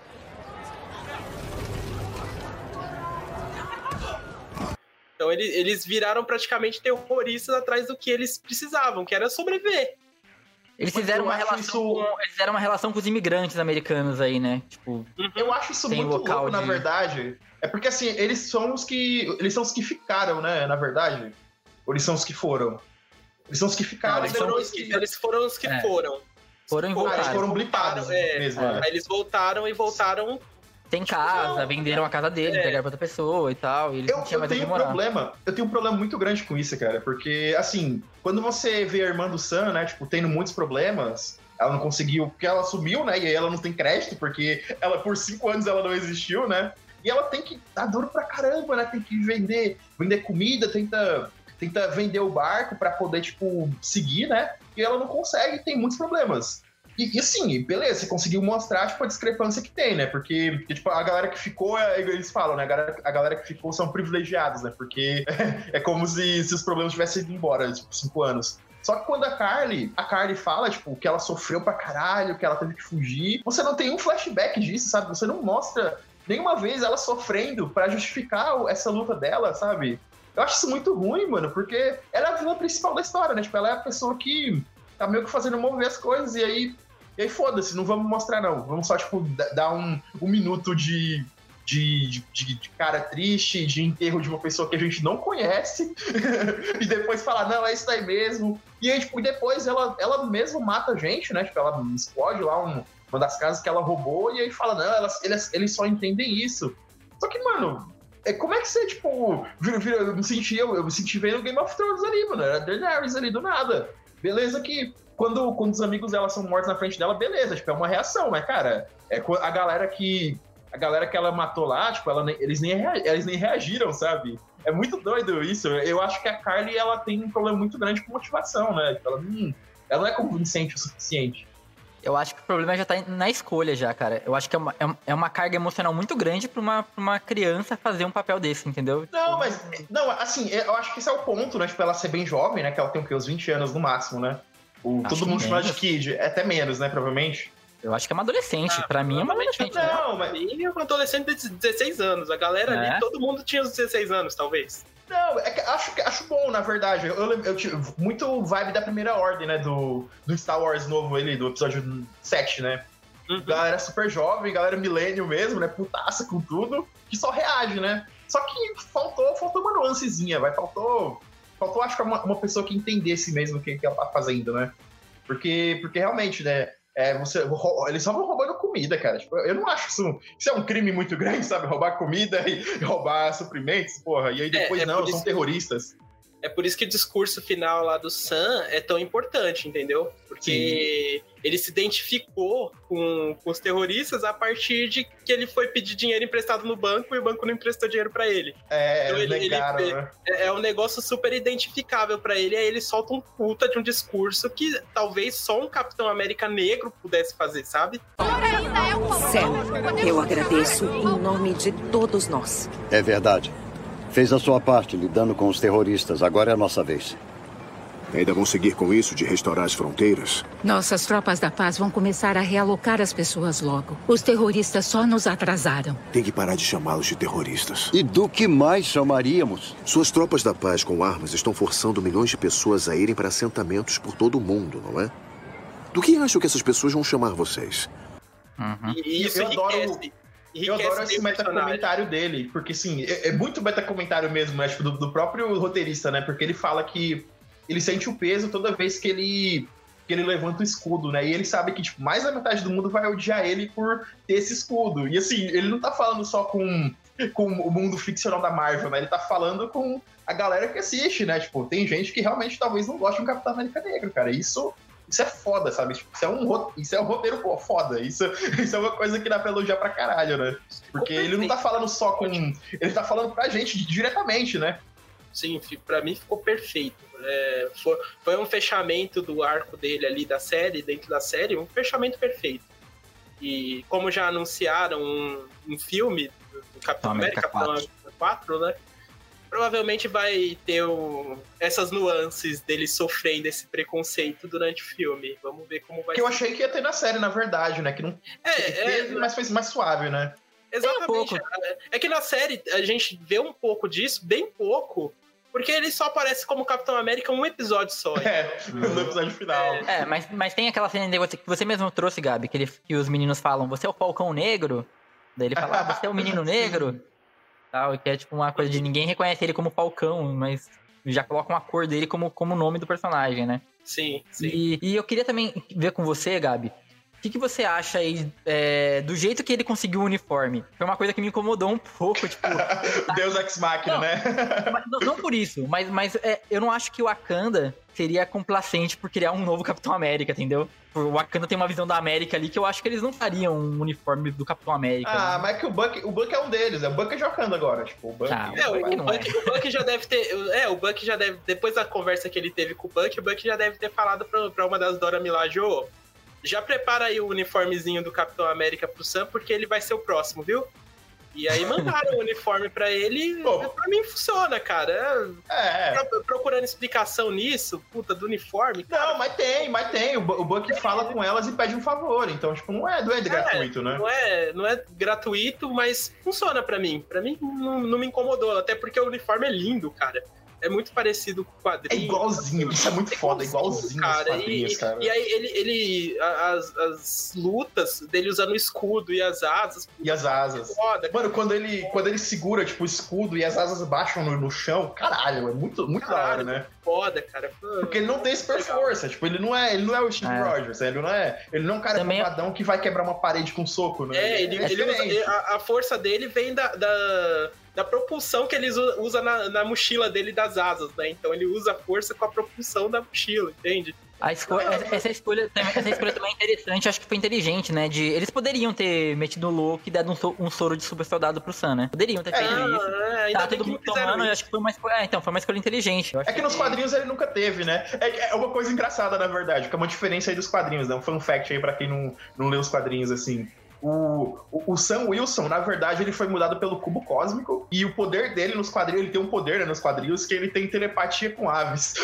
Então eles viraram praticamente terroristas atrás do que eles precisavam, que era sobreviver. Eles fizeram uma relação com os imigrantes americanos aí, né? Tipo, eu acho isso muito louco, na verdade. É porque, assim, eles são os que ficaram, né? Na verdade. Ou eles são os que foram? Eles são os que ficaram. Eles foram os que foram. Foram e voltaram. Eles foram blipados mesmo. Aí eles voltaram e voltaram... Tem casa, venderam a casa dele, pegaram pra outra pessoa e tal. E eles não tinham mais onde morar. Eu tenho um problema muito grande com isso, cara. Porque, assim, quando você vê a irmã do Sam, né, tipo, tendo muitos problemas, ela não conseguiu, porque ela sumiu, né, e aí ela não tem crédito, porque ela, por 5 anos, ela não existiu, né, e ela tem que dar duro pra caramba, né, tem que vender comida, tenta vender o barco pra poder, tipo, seguir, né, e ela não consegue, tem muitos problemas. E assim, beleza, você conseguiu mostrar, tipo, a discrepância que tem, né? Porque tipo, a galera que ficou, eles falam, né? A galera que ficou são privilegiados, né? Porque é como se os problemas tivessem ido embora, tipo, 5 anos. Só que quando a Carly fala, tipo, que ela sofreu pra caralho, que ela teve que fugir, você não tem um flashback disso, sabe? Você não mostra nenhuma vez ela sofrendo pra justificar essa luta dela, sabe? Eu acho isso muito ruim, mano, porque ela é a vilã principal da história, né? Tipo, ela é a pessoa que tá meio que fazendo mover as coisas, e aí foda-se, não vamos mostrar não, vamos só, tipo, dar um minuto de cara triste, de enterro de uma pessoa que a gente não conhece, e depois falar, não, é isso aí mesmo, e aí, tipo, depois ela mesma mata a gente, né, tipo, ela explode lá uma das casas que ela roubou, e aí fala, não, eles só entendem isso. Só que, mano, como é que você, tipo, eu me senti vendo Game of Thrones ali, mano. Era Daenerys ali do nada. Beleza que quando os amigos dela são mortos na frente dela, beleza, tipo, é uma reação, mas, cara, a galera que ela matou lá, tipo, eles nem reagiram, sabe? É muito doido isso. Eu acho que a Carly, ela tem um problema muito grande com motivação, né? Tipo, ela não é convincente o suficiente. Eu acho que o problema já tá na escolha já, cara. Eu acho que é uma carga emocional muito grande pra uma criança fazer um papel desse, entendeu? Não, assim, eu acho que esse é o ponto, né? Tipo, ela ser bem jovem, né? Que ela tem o quê? Uns 20 anos no máximo, né? Todo mundo chama de Kid. É até menos, né? Provavelmente. Eu acho que é uma adolescente. Pra mim é uma adolescente. Não, mas... é uma adolescente de 16 anos. A galera ali, todo mundo tinha os 16 anos, talvez. Não, acho bom, na verdade. Eu tive muito vibe da Primeira Ordem, né? Do Star Wars novo, do episódio 7, né? Uhum. Galera super jovem, galera millennial mesmo, né? Putaça com tudo, que só reage, né? Só que faltou uma nuancezinha, faltou, acho que uma pessoa que entendesse mesmo o que ela tá fazendo, né? Porque realmente, né? Eles só vão roubando comida, cara. Tipo, eu não acho isso é um crime muito grande, sabe? Roubar comida e roubar suprimentos, porra. E aí depois, são terroristas. É por isso que o discurso final lá do Sam é tão importante, entendeu? Porque ele se identificou com os terroristas a partir de que ele foi pedir dinheiro emprestado no banco e o banco não emprestou dinheiro pra ele. Né? É um negócio super identificável pra ele, aí ele solta um puta de um discurso que talvez só um Capitão América negro pudesse fazer, sabe? Sam, eu agradeço em nome de todos nós. É verdade. Fez a sua parte lidando com os terroristas. Agora é a nossa vez. Ainda vão seguir com isso de restaurar as fronteiras? Nossas tropas da paz vão começar a realocar as pessoas logo. Os terroristas só nos atrasaram. Tem que parar de chamá-los de terroristas. E do que mais chamaríamos? Suas tropas da paz com armas estão forçando milhões de pessoas a irem para assentamentos por todo o mundo, não é? Do que acham que essas pessoas vão chamar vocês? Uhum. E isso eu adoro esse metacomentário dele, porque, assim, é muito metacomentário mesmo, né? Tipo, do próprio roteirista, né? Porque ele fala que ele sente o peso toda vez que ele levanta o escudo, né? E ele sabe que, tipo, mais da metade do mundo vai odiar ele por ter esse escudo. E, assim, ele não tá falando só com o mundo ficcional da Marvel, né? Ele tá falando com a galera que assiste, né? Tipo, tem gente que realmente talvez não goste de um Capitão América Negro, cara. Isso é foda, sabe? Tipo, isso é um roteiro foda. Isso é uma coisa que dá pra elogiar pra caralho, né? Porque ele não tá falando só com... Ele tá falando pra gente diretamente, né? Sim, pra mim ficou perfeito. Foi um fechamento do arco dele ali da série, dentro da série, um fechamento perfeito. E como já anunciaram um filme do Capitão América 4, né? Provavelmente vai ter essas nuances dele sofrendo esse preconceito durante o filme. Vamos ver como vai ser. Que eu achei que ia ter na série, na verdade, né? Que não teve, mas foi mais suave, né? Exatamente. É que na série a gente vê um pouco disso, bem pouco, porque ele só aparece como Capitão América um episódio só. No episódio final. Mas tem aquela cena que você mesmo trouxe, Gabi, que os meninos falam, você é o Falcão Negro? Daí ele fala, você é o Menino Negro? Tal, que é tipo uma coisa de ninguém reconhece ele como Falcão, mas já coloca uma cor dele como nome do personagem, né? Sim. E eu queria também ver com você, Gabi, o que você acha aí do jeito que ele conseguiu o uniforme? Foi uma coisa que me incomodou um pouco, tipo... Deus Ex Machina, né? Não por isso, mas eu não acho que o Wakanda seria complacente por criar um novo Capitão América, entendeu? O Wakanda tem uma visão da América ali que eu acho que eles não fariam um uniforme do Capitão América. Mas é que o Buck é um deles, o Buck é de Wakanda agora, tipo, o Buck... O Buck já deve ter... o Buck já deve... Depois da conversa que ele teve com o Buck já deve ter falado pra uma das Dora Milaje, já prepara aí o uniformezinho do Capitão América pro Sam, porque ele vai ser o próximo, viu? E aí mandaram o uniforme pra ele, pra mim funciona, cara. Procurando explicação nisso, puta, do uniforme. Cara. Não, mas tem. O Buck fala com elas e pede um favor, então, tipo, não é gratuito, né? Não é gratuito, mas funciona pra mim. Pra mim não me incomodou, até porque o uniforme é lindo, cara. É muito parecido com o quadrinho. É igualzinho, isso é muito foda, igualzinho cara. Cara. E aí as lutas dele usando o escudo e as asas. Foda, mano, quando ele segura, tipo, o escudo e as asas baixam no chão, caralho, é muito da hora, né? Foda, cara. Porque ele não tem super força, tipo, ele não é o Steve Rogers, ele não é um cara bombadão que vai quebrar uma parede com soco, né? Ele usa, a força dele vem da propulsão que ele usa na mochila dele das asas, né? Então ele usa a força com a propulsão da mochila, entende? Essa escolha também é interessante, acho que foi inteligente, né? Eles poderiam ter metido o louco e dado um soro de super soldado pro Sam, né? Poderiam ter feito isso. Tá todo mundo tomando, eu acho que foi uma escolha. Então, foi uma escolha inteligente. É que nos quadrinhos ele nunca teve, né? É uma coisa engraçada, na verdade, que é uma diferença aí dos quadrinhos, né? Um fun fact aí pra quem não lê os quadrinhos assim. O Sam Wilson, na verdade, ele foi mudado pelo cubo cósmico e o poder dele nos quadrinhos, ele tem um poder, né, nos quadrinhos, que ele tem telepatia com aves.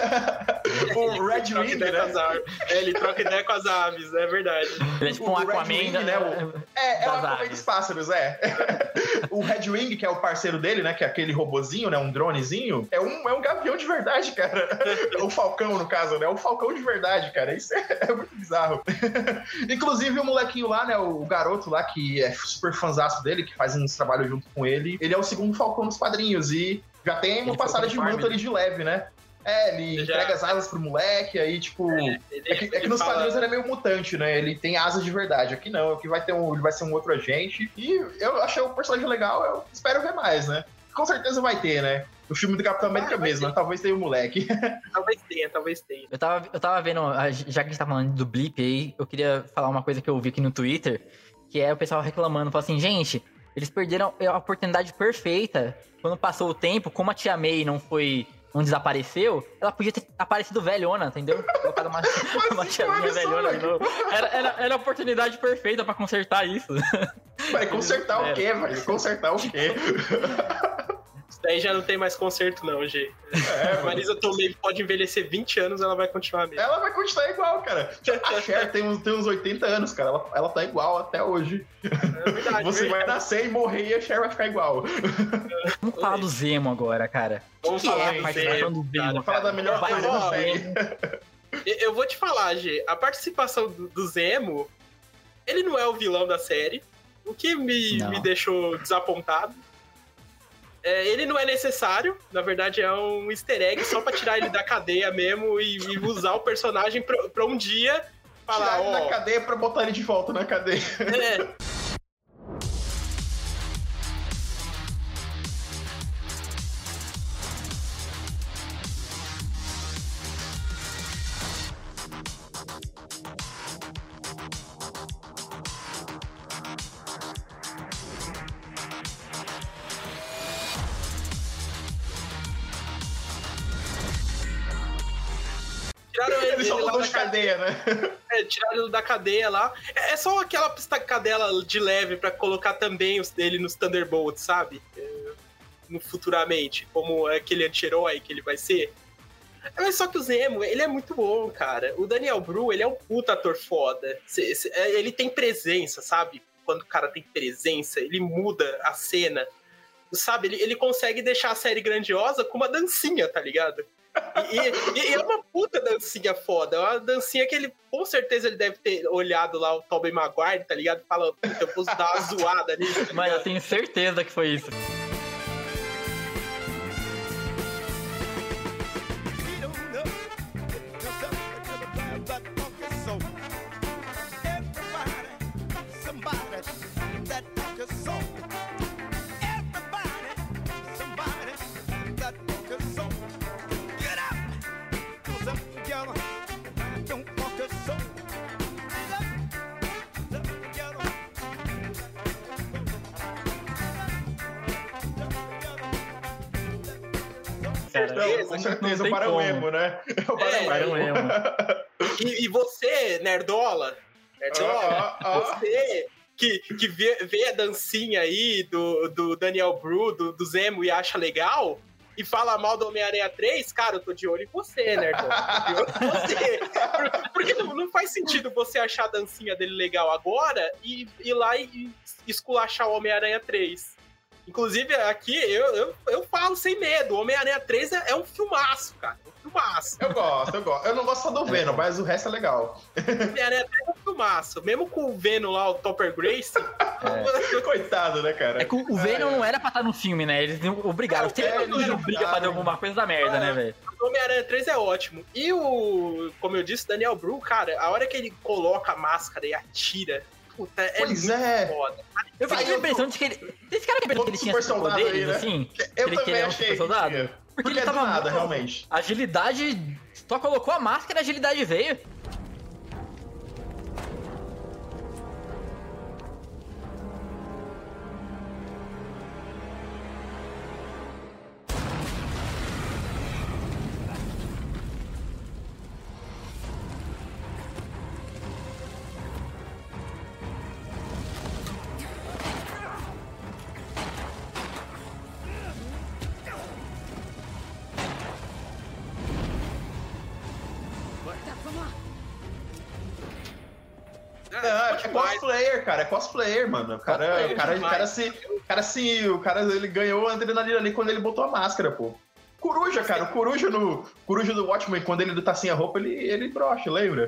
O Red Wing, né? Ele troca ideia com as aves, é verdade. Ele é tipo um Aquaman, né? É o Aquaman dos pássaros, O Red Wing, que é o parceiro dele, né, que é aquele robozinho, né, um dronezinho, é um gavião de verdade, cara. O Falcão, no caso, né? O Falcão de verdade, cara. Isso é muito bizarro. Inclusive, o molequinho lá, né, o garoto lá, que é super fãzaço dele, que faz uns trabalhos junto com ele, ele é o segundo Falcão nos quadrinhos e já tem uma passada de manto ali de leve, né? Ele entrega as asas pro moleque, aí, tipo... É que nos quadrinhos ele é meio mutante, né? Ele tem asas de verdade. Aqui não, aqui ele vai ser um outro agente. E eu achei o personagem legal, eu espero ver mais, né? Com certeza vai ter, né? O filme do Capitão América mesmo, mas talvez tenha o moleque. Talvez tenha. Eu tava vendo, já que a gente tá falando do Blip aí, eu queria falar uma coisa que eu vi aqui no Twitter, que é o pessoal reclamando, falando assim, gente, eles perderam a oportunidade perfeita. Quando passou o tempo, como a Tia May não desapareceu, ela podia ter aparecido velhona, entendeu? Colocado uma tiazinha velhona de novo. Era a oportunidade perfeita pra consertar isso. Vai consertar o quê, velho? Consertar o quê? Isso daí já não tem mais conserto, não, G. A Marisa Tomei pode envelhecer 20 anos, ela vai continuar mesmo. Ela vai continuar igual, cara. A Cher tem uns 80 anos, cara. Ela tá igual até hoje. É verdade. Você vai nascer e morrer e a Cher vai ficar igual. Vamos falar do Zemo agora, cara. Vamos falar do Zemo. Vamos falar da melhor coisa da série. Eu vou te falar, G. A participação do Zemo, ele não é o vilão da série, o que me deixou desapontado. Ele não é necessário, na verdade é um easter egg só pra tirar ele da cadeia mesmo e usar o personagem pra um dia falar, tirar ele da cadeia pra botar ele de volta na cadeia. Tiraram ele só lá da cadeia, né? Tiraram ele da cadeia lá. É só aquela piscadela de leve pra colocar também ele nos Thunderbolts, sabe? Futuramente, como aquele anti-herói que ele vai ser. Mas só que o Zemo, ele é muito bom, cara. O Daniel Bru, ele é um puta ator foda. Ele tem presença, sabe? Quando o cara tem presença, ele muda a cena. Sabe? Ele consegue deixar a série grandiosa com uma dancinha, tá ligado? E é uma puta dancinha foda. É uma dancinha que ele, com certeza, ele deve ter olhado lá o Tobey Maguire, tá ligado? E fala, puta, eu posso dar uma zoada ali. Tá, mas eu tenho certeza que foi isso. Não, com certeza, para o emo, né? Para o emo. E você, nerdola, você que vê a dancinha aí do Daniel Bru, do Zemo e acha legal, e fala mal do Homem-Aranha 3, cara, eu tô de olho em você, nerdola. Tô de olho em você. Porque não faz sentido você achar a dancinha dele legal agora e ir lá e esculachar o Homem-Aranha 3. Inclusive, aqui, eu falo sem medo. O Homem-Aranha 3 é um filmaço, cara. Um filmaço. Eu gosto. Eu não gosto só do Venom, mas o resto é legal. O Homem-Aranha 3 é um filmaço. Mesmo com o Venom lá, o Topper Grace. Coitado, né, cara? É que o Venom não era pra estar no filme, né? Eles obrigaram. Se ele não obriga a fazer alguma coisa da merda, né, velho? O Homem-Aranha 3 é ótimo. E como eu disse, Daniel Bru, cara, a hora que ele coloca a máscara e atira, Puta, Pois é. Foda. Eu fiquei com a impressão de que ele... Esse cara que pensou que ele tinha poderes, aí, né? Assim? Eu ele também é um achei super soldado? Porque ele tava nada, muito... realmente. Agilidade... Só colocou a máscara e a agilidade veio. É cosplayer, cara. É cosplayer, mano. O cara ele ganhou a adrenalina ali quando ele botou a máscara, pô. Coruja, cara. O Coruja do Watchmen, quando ele tá sem a roupa, ele brocha, lembra?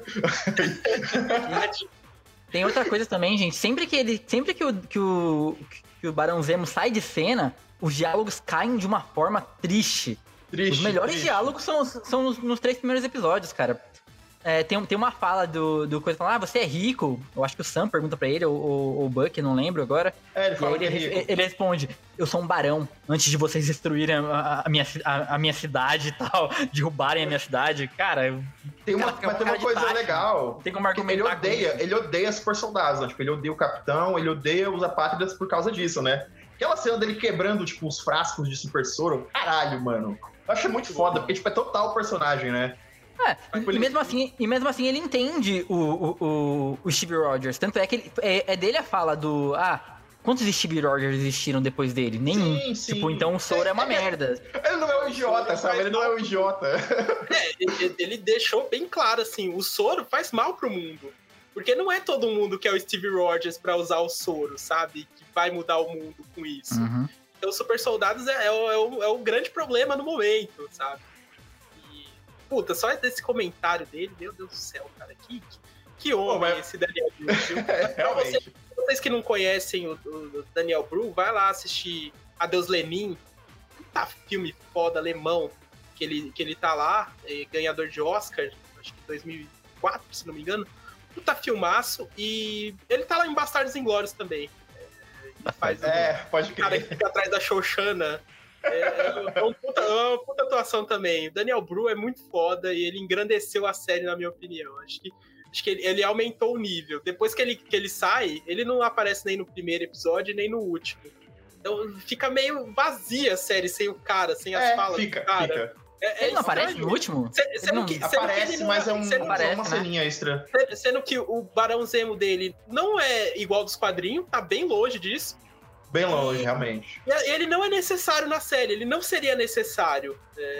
Tem outra coisa também, gente. Sempre que o Barão Zemo sai de cena, os diálogos caem de uma forma triste. Os melhores diálogos são nos 3 primeiros episódios, cara. Tem uma fala do coisa falando, você é rico. Eu acho que o Sam pergunta pra ele, ou o Buck, não lembro agora. Ele fala que é rico. Ele responde, eu sou um barão, antes de vocês destruírem a minha cidade e tal, derrubarem a minha cidade. Cara, tem uma coisa legal. Tem como argumentar ele odeia super soldados, né? Tipo, ele odeia o capitão, ele odeia os apátridas por causa disso, né? Aquela cena dele quebrando, tipo, os frascos de super soro, caralho, mano. Eu acho muito foda, porque, tipo, é total o personagem, né? E mesmo assim ele entende o Steve Rogers. Tanto é que é dele a fala do... quantos Steve Rogers existiram depois dele? Nenhum. Sim. Tipo, então o Soro é uma merda. Ele não é um idiota, sabe? Ele não é um idiota. Ele deixou bem claro, assim, o Soro faz mal pro mundo. Porque não é todo mundo que é o Steve Rogers pra usar o Soro, sabe? Que vai mudar o mundo com isso. Uhum. Então, os super soldados é o grande problema no momento, sabe? Puta, só desse comentário dele, meu Deus do céu, cara, que homem esse Daniel Bru, viu? Pra vocês que não conhecem o Daniel Bru, vai lá assistir Adeus Lenin, puta filme foda, alemão, que ele tá lá, ganhador de Oscar, acho que 2004, se não me engano, puta filmaço, e ele tá lá em Bastardos Inglórios também. Faz pode crer. O cara que fica atrás da Xoxana. É uma puta atuação também. O Daniel Bru é muito foda e ele engrandeceu a série, na minha opinião. Acho que ele aumentou o nível. Depois que ele sai, ele não aparece nem no primeiro episódio, nem no último. Então fica meio vazia a série sem o cara, sem as falas do cara. Ele não aparece no último? Aparece, mas é uma ceninha extra. Sendo que o Barão Zemo dele não é igual dos quadrinhos, tá bem longe disso. Bem longe, realmente. Ele não é necessário na série, ele não seria necessário.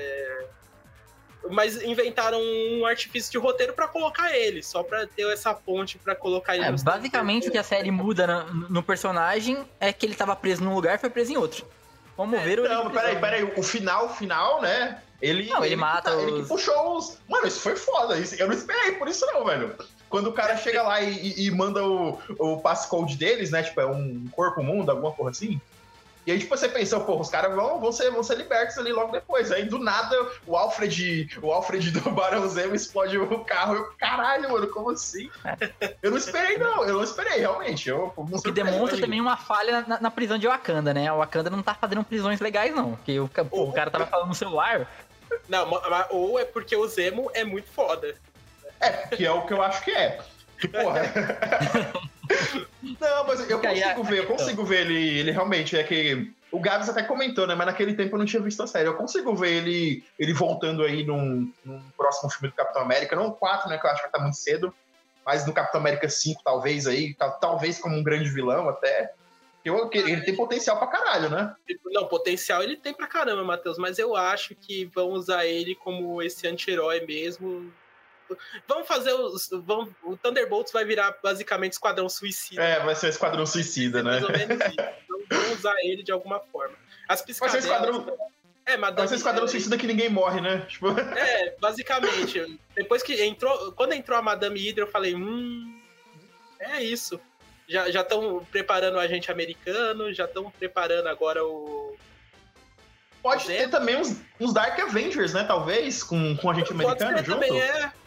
Mas inventaram um artifício de roteiro pra colocar ele, só pra ter essa ponte pra colocar ele. Basicamente o que a série muda no personagem é que ele tava preso num lugar e foi preso em outro. Vamos ver Não, peraí, o final, né? Ele mata ele que puxou os... Mano, isso foi foda, eu não esperei por isso não, velho. Quando o cara chega lá e manda o passcode deles, né? Tipo, é um corpo mundo, alguma porra assim. E aí, tipo, você pensa, pô, os caras vão ser libertos ali logo depois. Aí, do nada, o Alfred do Barão Zemo explode o carro. Eu, caralho, mano, como assim? Eu não esperei, realmente. O que demonstra também uma falha na prisão de Wakanda, né? O Wakanda não tá fazendo prisões legais, não. Porque o cara tava falando no celular. Não, ou é porque o Zemo é muito foda. Que é o que eu acho que é. Que porra. Não, mas eu consigo ver ele realmente. É que o Gabs até comentou, né? Mas naquele tempo eu não tinha visto a série. Eu consigo ver ele voltando aí num próximo filme do Capitão América. Não o 4, né? Que eu acho que tá muito cedo. Mas no Capitão América 5, talvez aí. Talvez como um grande vilão até. Ele tem potencial pra caralho, né? Não, potencial ele tem pra caramba, Matheus. Mas eu acho que vão usar ele como esse anti-herói mesmo. Vamos fazer o Thunderbolts vai virar basicamente Esquadrão Suicida. Vai ser o Esquadrão Suicida, né? Mais ou menos isso. Então vamos usar ele de alguma forma. As piscadelas... Vai ser o Esquadrão Suicida que ninguém morre, né? Tipo... basicamente. Depois que quando entrou a Madame Hydra, eu falei, é isso. Já estão preparando o agente americano, já estão preparando agora o... Pode ter também uns Dark Avengers, né? Talvez, com o agente americano junto. Também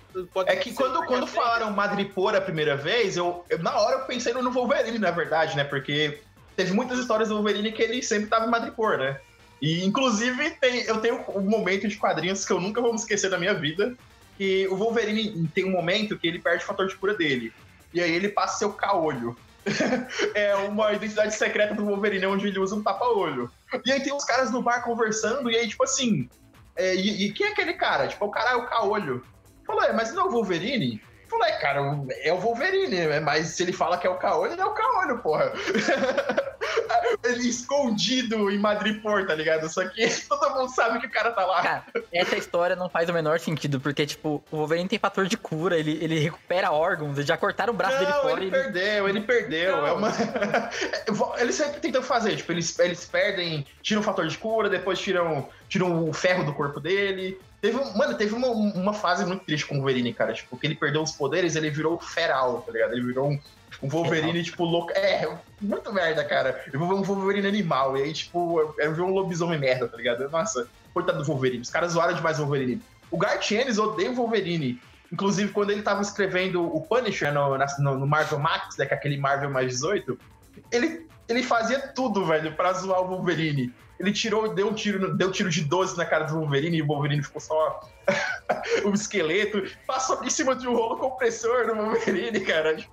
É que quando falaram Madripoor a primeira vez, na hora eu pensei no Wolverine, na verdade, né? Porque teve muitas histórias do Wolverine que ele sempre tava em Madripoor, né? E, inclusive, eu tenho um momento de quadrinhos que eu nunca vou me esquecer da minha vida, que o Wolverine tem um momento que ele perde o fator de cura dele. E aí ele passa a ser o caolho. É uma identidade secreta do Wolverine, onde ele usa um tapa-olho. E aí tem uns caras no bar conversando, e aí, tipo assim... E quem é aquele cara? Tipo, o cara é o caolho. Falou, mas não é o Wolverine? Falei, cara, é o Wolverine, mas se ele fala que é o caolho, ele é o caolho, porra. Ele escondido em Madripoor, tá ligado? Só que todo mundo sabe que o cara tá lá. Cara, essa história não faz o menor sentido, porque, tipo, o Wolverine tem fator de cura, ele recupera órgãos, eles já cortaram o braço dele fora. Ele perdeu. É uma... Eles sempre tentam fazer, tipo, eles perdem, tiram o fator de cura, depois tiram o ferro do corpo dele. Teve uma fase muito triste com o Wolverine, cara. Tipo, que ele perdeu os poderes, ele virou feral, tá ligado? Ele virou um Wolverine, tipo, louco. Muito merda, cara. Ele virou um Wolverine animal. E aí, tipo, ele virou um lobisomem merda, tá ligado? Nossa, coitado do Wolverine. Os caras zoaram demais o Wolverine. O Garth Ennis odeia o Wolverine. Inclusive, quando ele tava escrevendo o Punisher no Marvel Max, né, que é aquele Marvel mais 18, ele fazia tudo, velho, pra zoar o Wolverine. Ele deu tiro de 12 na cara do Wolverine e o Wolverine ficou só um esqueleto. Passou em cima de um rolo compressor no Wolverine, cara. Tipo,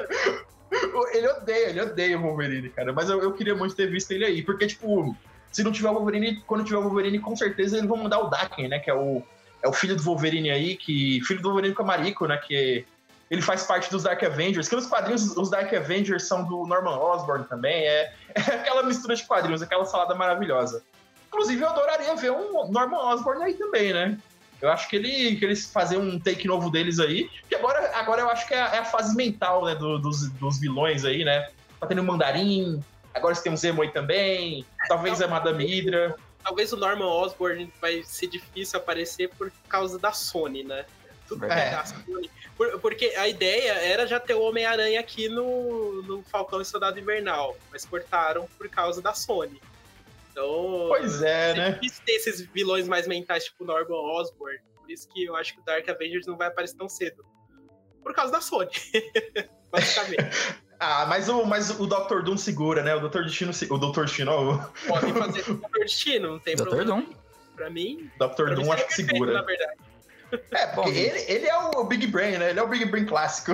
ele odeia o Wolverine, cara. Mas eu queria muito ter visto ele aí. Porque, tipo, se não tiver o Wolverine, quando tiver o Wolverine, com certeza eles vão mandar o Daken, né? Que é o filho do Wolverine aí, filho do Wolverine Camarico, né? Que ele faz parte dos Dark Avengers, que nos quadrinhos os Dark Avengers são do Norman Osborn também, é aquela mistura de quadrinhos, aquela salada maravilhosa. Inclusive, eu adoraria ver um Norman Osborn aí também, né? Eu acho que eles fazem um take novo deles aí, que agora eu acho que é a fase mental, né, dos vilões aí, né? Tá tendo o Mandarim, agora você tem o Zemo aí também, talvez a Madame Hydra. Talvez o Norman Osborn vai ser difícil aparecer por causa da Sony, né? Tudo da Sony. Porque a ideia era já ter o Homem-Aranha aqui no Falcão e Soldado Invernal, mas cortaram por causa da Sony. Então, pois é, né? É difícil ter esses vilões mais mentais, tipo Norman Osborn. Por isso que eu acho que o Dark Avengers não vai aparecer tão cedo. Por causa da Sony, basicamente. Mas o Dr. Doom segura, né? O Dr. Destino... Podem fazer com o Dr. Destino, não tem problema. Doom? Pra mim... Dr. Doom acho que segura. Na verdade. Porque ele é o Big Brain, né? Ele é o Big Brain clássico.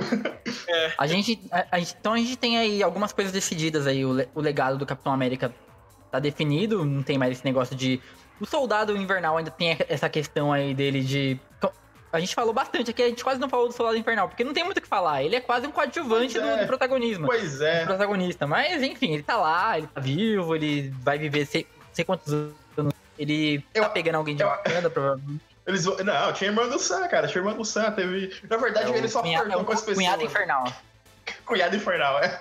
Então a gente tem aí algumas coisas decididas aí. O legado do Capitão América tá definido, não tem mais esse negócio de... O Soldado Invernal ainda tem essa questão aí dele de... A gente falou bastante aqui, a gente quase não falou do Soldado Invernal, porque não tem muito o que falar. Ele é quase um coadjuvante do protagonismo. Pois é. Do protagonista. Mas, enfim, ele tá lá, ele tá vivo, ele vai viver sei quantos anos. Ele tá pegando alguém de Wakanda, provavelmente. Não, tinha irmã do Sam, cara. Tinha irmã do Sam. Teve... Na verdade, ele só flertou com as pessoas. Cunhado Infernal. Cunhado Infernal, é.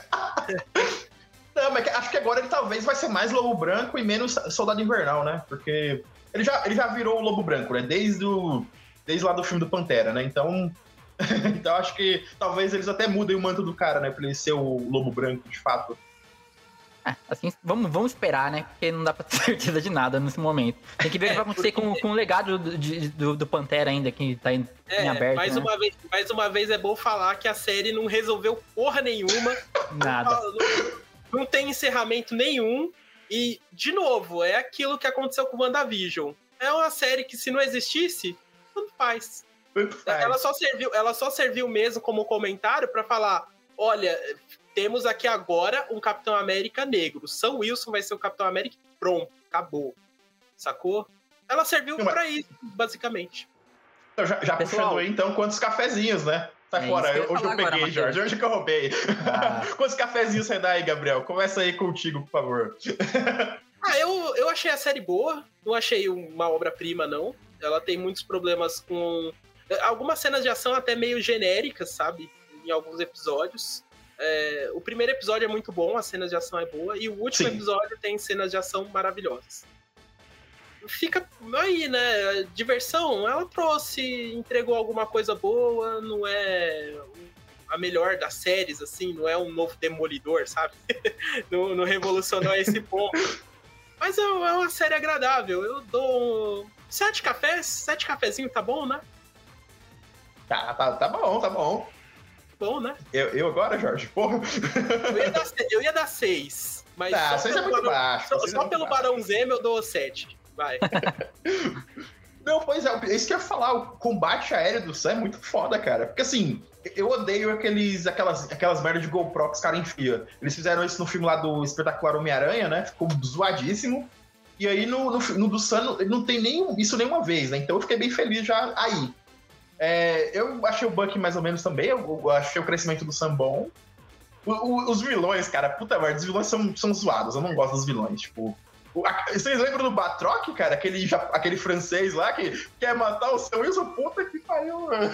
Não, mas acho que agora ele talvez vai ser mais Lobo Branco e menos Soldado Invernal, né? Porque ele já virou o Lobo Branco, né? Desde lá do filme do Pantera, né? Então acho que talvez eles até mudem o manto do cara, né? Pra ele ser o Lobo Branco, de fato. Assim, vamos esperar, né? Porque não dá pra ter certeza de nada nesse momento. Tem que ver o que vai acontecer com o legado do Pantera ainda, que tá em aberto. Mais uma vez é bom falar que a série não resolveu porra nenhuma. Nada. Não tem encerramento nenhum. E, de novo, é aquilo que aconteceu com o WandaVision. É uma série que, se não existisse, tanto faz. Ela só serviu mesmo como comentário pra falar: olha, temos aqui agora um Capitão América negro. Sam Wilson vai ser o Capitão América. Pronto, acabou. Sacou? Ela serviu pra isso, basicamente. Então, já puxando aí, então, quantos cafezinhos, né? Sai fora, hoje eu peguei, agora, Jorge. Hoje que eu roubei. Quantos cafezinhos você dá aí, Gabriel? Começa aí contigo, por favor. Eu achei a série boa. Não achei uma obra-prima, não. Ela tem muitos problemas com... Algumas cenas de ação até meio genéricas, sabe? Em alguns episódios. O primeiro episódio é muito bom, a cena de ação é boa. E o último episódio tem cenas de ação maravilhosas. Fica aí, né? Diversão, ela entregou alguma coisa boa, não é a melhor das séries, assim, não é um novo Demolidor, sabe? não revolucionou a esse ponto. Mas é uma série agradável. Eu dou 7 cafés, 7 cafezinhos, tá bom, né? Tá bom. Bom, né? Eu agora, Jorge? Porra. Eu ia dar 6. Mas tá, 6 é muito baixo. Só pelo Barão Zemo eu dou 7. Vai. Não, pois é, isso que eu ia falar, o combate aéreo do Sam é muito foda, cara. Porque assim, eu odeio aquelas merdas de GoPro que os caras enfiam. Eles fizeram isso no filme lá do Espetacular Homem-Aranha, né? Ficou zoadíssimo. E aí no do Sam não tem isso nenhuma vez, né? Então eu fiquei bem feliz já aí. Eu achei o Bucky mais ou menos também, eu achei o crescimento do Sam bom. Os vilões, cara, puta merda, os vilões são zoados, eu não gosto dos vilões, tipo... Vocês lembram do Batroc, cara? Aquele francês lá que quer matar o Sam Wilson? Puta que pariu, mano.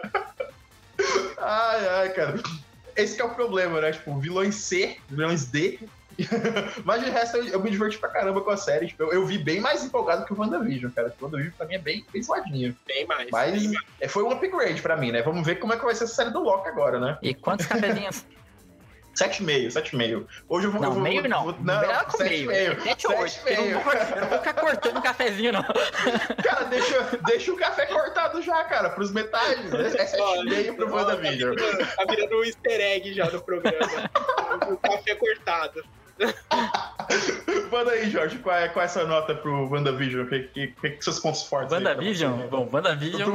Ai, cara. Esse que é o problema, né? Tipo, vilões C, vilões D. Mas de resto, eu me diverti pra caramba com a série. Tipo, eu vi bem mais empolgado que o WandaVision, cara. O WandaVision pra mim é bem zoadinho. Bem mais. Mas foi um upgrade pra mim, né? Vamos ver como é que vai ser essa série do Loki agora, né? E quantos cafezinhos? 7,5. Hoje eu vou... Não, meio não. Não, 7,5. 7 ou 8. Eu não vou ficar cortando cafezinho, não. Cara, deixa o café cortado já, cara, pros metades. É 7,5 pro WandaVision. Tá virando um easter egg já no programa. O café cortado. Manda aí, Jorge, qual é essa nota pro WandaVision? O que seus pontos fortes? WandaVision? Aí, bom, WandaVision...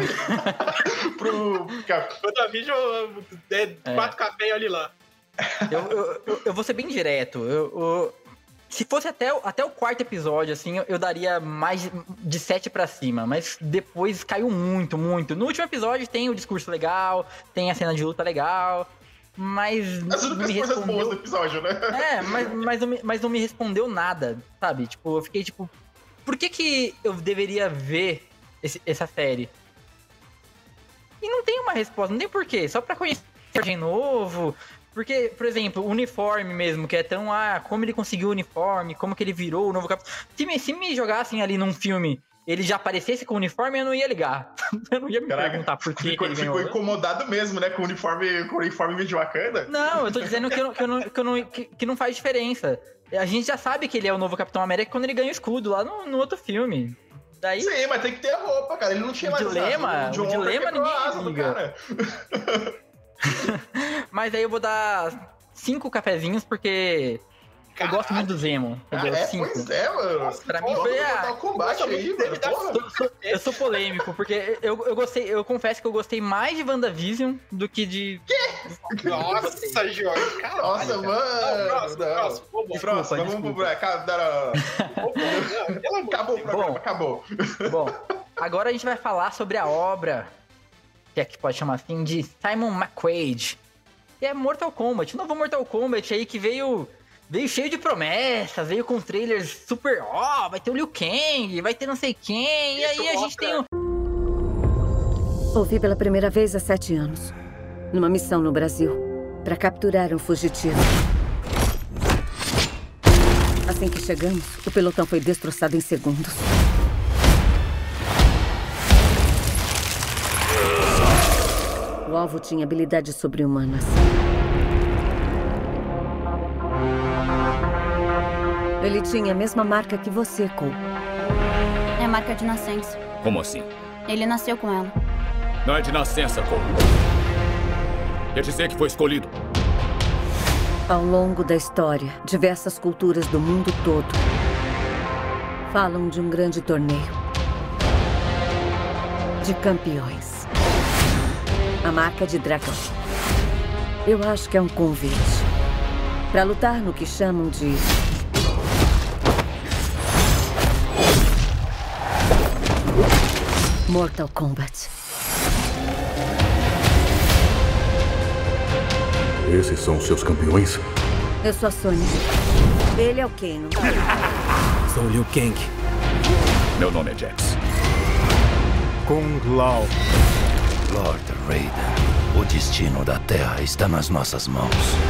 Pro WandaVision, 4 café e olha lá. Eu vou ser bem direto. Se fosse até o quarto episódio, assim, eu daria mais de 7 pra cima. Mas depois caiu muito. No último episódio tem o discurso legal, tem a cena de luta legal. Mas as únicas coisas boas do episódio, né? Mas não me respondeu nada, sabe? Tipo, eu fiquei tipo... Por que eu deveria ver essa série? E não tem uma resposta, não tem porquê. Só pra conhecer de novo... Porque, por exemplo, o uniforme mesmo, que é tão... como ele conseguiu o uniforme, como que ele virou o novo capitão... Se me jogassem ali num filme, ele já aparecesse com o uniforme, eu não ia ligar. Eu não ia me perguntar por que ele ganhou. Ficou incomodado mesmo, né? Com o uniforme de Wakanda? Não, eu tô dizendo que não faz diferença. A gente já sabe que ele é o novo Capitão América quando ele ganha o escudo lá no outro filme. Daí... Sim, mas tem que ter a roupa, cara. Ele não tinha mais o dilema ninguém liga. Mas aí eu vou dar 5 cafezinhos, porque eu gosto muito do Zemo. Pois é, mano. Nossa, pra mim foi o combate aí, mano. Eu sou polêmico, porque eu confesso que eu gostei mais de WandaVision do que de... Quê? Nossa, Jorge, caralho. Nossa, mano. Próximo, vamos pro break. Acabou o programa, acabou. Bom, agora a gente vai falar sobre a obra, que é que pode chamar assim, de Simon McQuaid, que é Mortal Kombat, o novo Mortal Kombat aí que veio cheio de promessas, veio com trailers super, vai ter o Liu Kang, vai ter não sei quem, e aí a gente tem o... Ouvi pela primeira vez há 7 anos, numa missão no Brasil, para capturar um fugitivo. Assim que chegamos, o pelotão foi destroçado em segundos. O alvo tinha habilidades sobre-humanas. Ele tinha a mesma marca que você, Cole. É marca de nascença. Como assim? Ele nasceu com ela. Não é de nascença, Cole. Quer dizer que foi escolhido. Ao longo da história, diversas culturas do mundo todo falam de um grande torneio de campeões. A marca de dragão. Eu acho que é um convite para lutar no que chamam de Mortal Kombat. Esses são os seus campeões? Eu sou a Sonya. Ele é o Kano. Sou Liu Kang. Meu nome é Jax. Kung Lao. Lord Raiden, o destino da Terra está nas nossas mãos.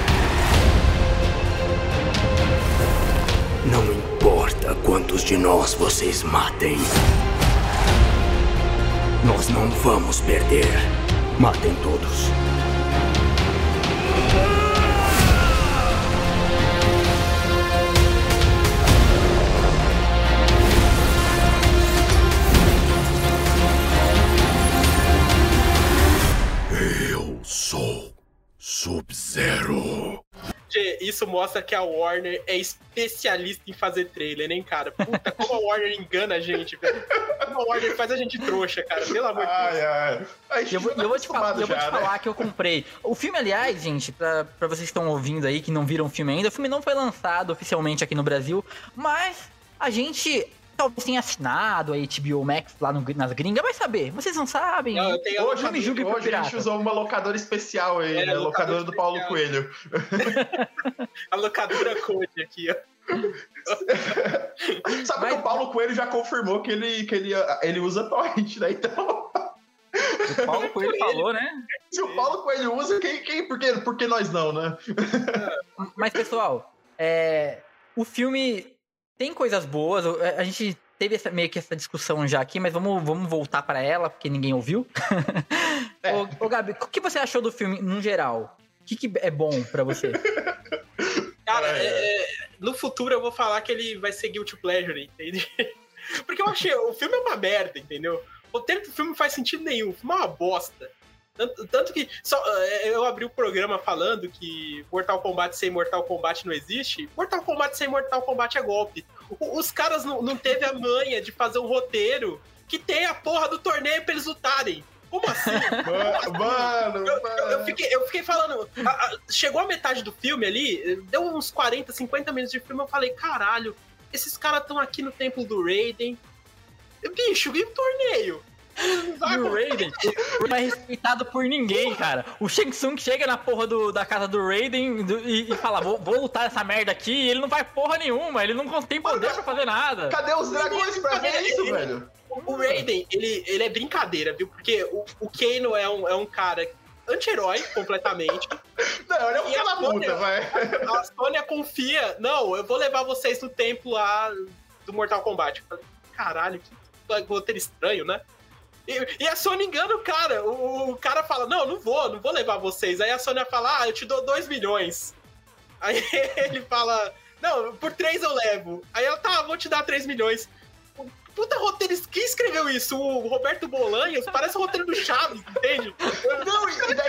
Não importa quantos de nós vocês matem. Nós não vamos perder. Matem todos. isso mostra que a Warner é especialista em fazer trailer, hein, cara? Puta, como a Warner engana a gente, velho. Como a Warner faz a gente trouxa, cara. Pelo amor de Deus. Eu vou te falar que eu comprei. O filme, aliás, gente, pra vocês que estão ouvindo aí, que não viram o filme ainda, o filme não foi lançado oficialmente aqui no Brasil, mas a gente... talvez tenha assinado a HBO Max lá nas gringas, vai saber. Vocês não sabem. Não, hoje a gente usou uma locadora especial aí, né? Locadora do Paulo Coelho. A locadora Code aqui, ó. Sabe que o Paulo Coelho já confirmou que ele usa torrent, né? Então... O Paulo Coelho falou, né? Se o Paulo Coelho usa, por que nós não, né? Mas, pessoal, o filme... tem coisas boas, a gente teve meio que essa discussão já aqui, mas vamos voltar para ela, porque ninguém ouviu. Ô, Gabi, o que você achou do filme no geral? O que é bom pra você? Cara, no futuro eu vou falar que ele vai ser Guilty Pleasure, entende? Porque eu achei, o filme é uma merda, entendeu? O roteiro do filme não faz sentido nenhum, o filme é uma bosta. Tanto que eu abri o programa falando que Mortal Kombat sem Mortal Kombat não existe. Mortal Kombat sem Mortal Kombat é golpe. Os caras não teve a manha de fazer um roteiro que tem a porra do torneio pra eles lutarem. Como assim? Mano. Eu fiquei falando... chegou a metade do filme ali, deu uns 40, 50 minutos de filme, eu falei, caralho, esses caras estão aqui no templo do Raiden. Bicho, e o torneio? E o Raiden não é respeitado por ninguém, cara. O Shang Tsung chega na porra da casa do Raiden e fala, vou lutar essa merda aqui, e ele não vai porra nenhuma, ele não tem poder pra fazer nada. Cadê os dragões pra ver isso, velho? O Raiden, ele é brincadeira, viu? Porque o Kano é um cara anti-herói, completamente. Não, ele é um filho da puta, vai. A Sônia confia, não, eu vou levar vocês no templo lá do Mortal Kombat. Eu falei, caralho, que roteiro estranho, né? E a Sônia engana o cara. O cara fala, não vou levar vocês. Aí a Sônia fala, eu te dou 2 milhões. Aí ele fala, não, por 3 eu levo. Aí ela, tá, vou te dar 3 milhões. Puta roteirista, quem escreveu isso? O Roberto Bolanhos? Parece o roteiro do Chaves, entende? Não,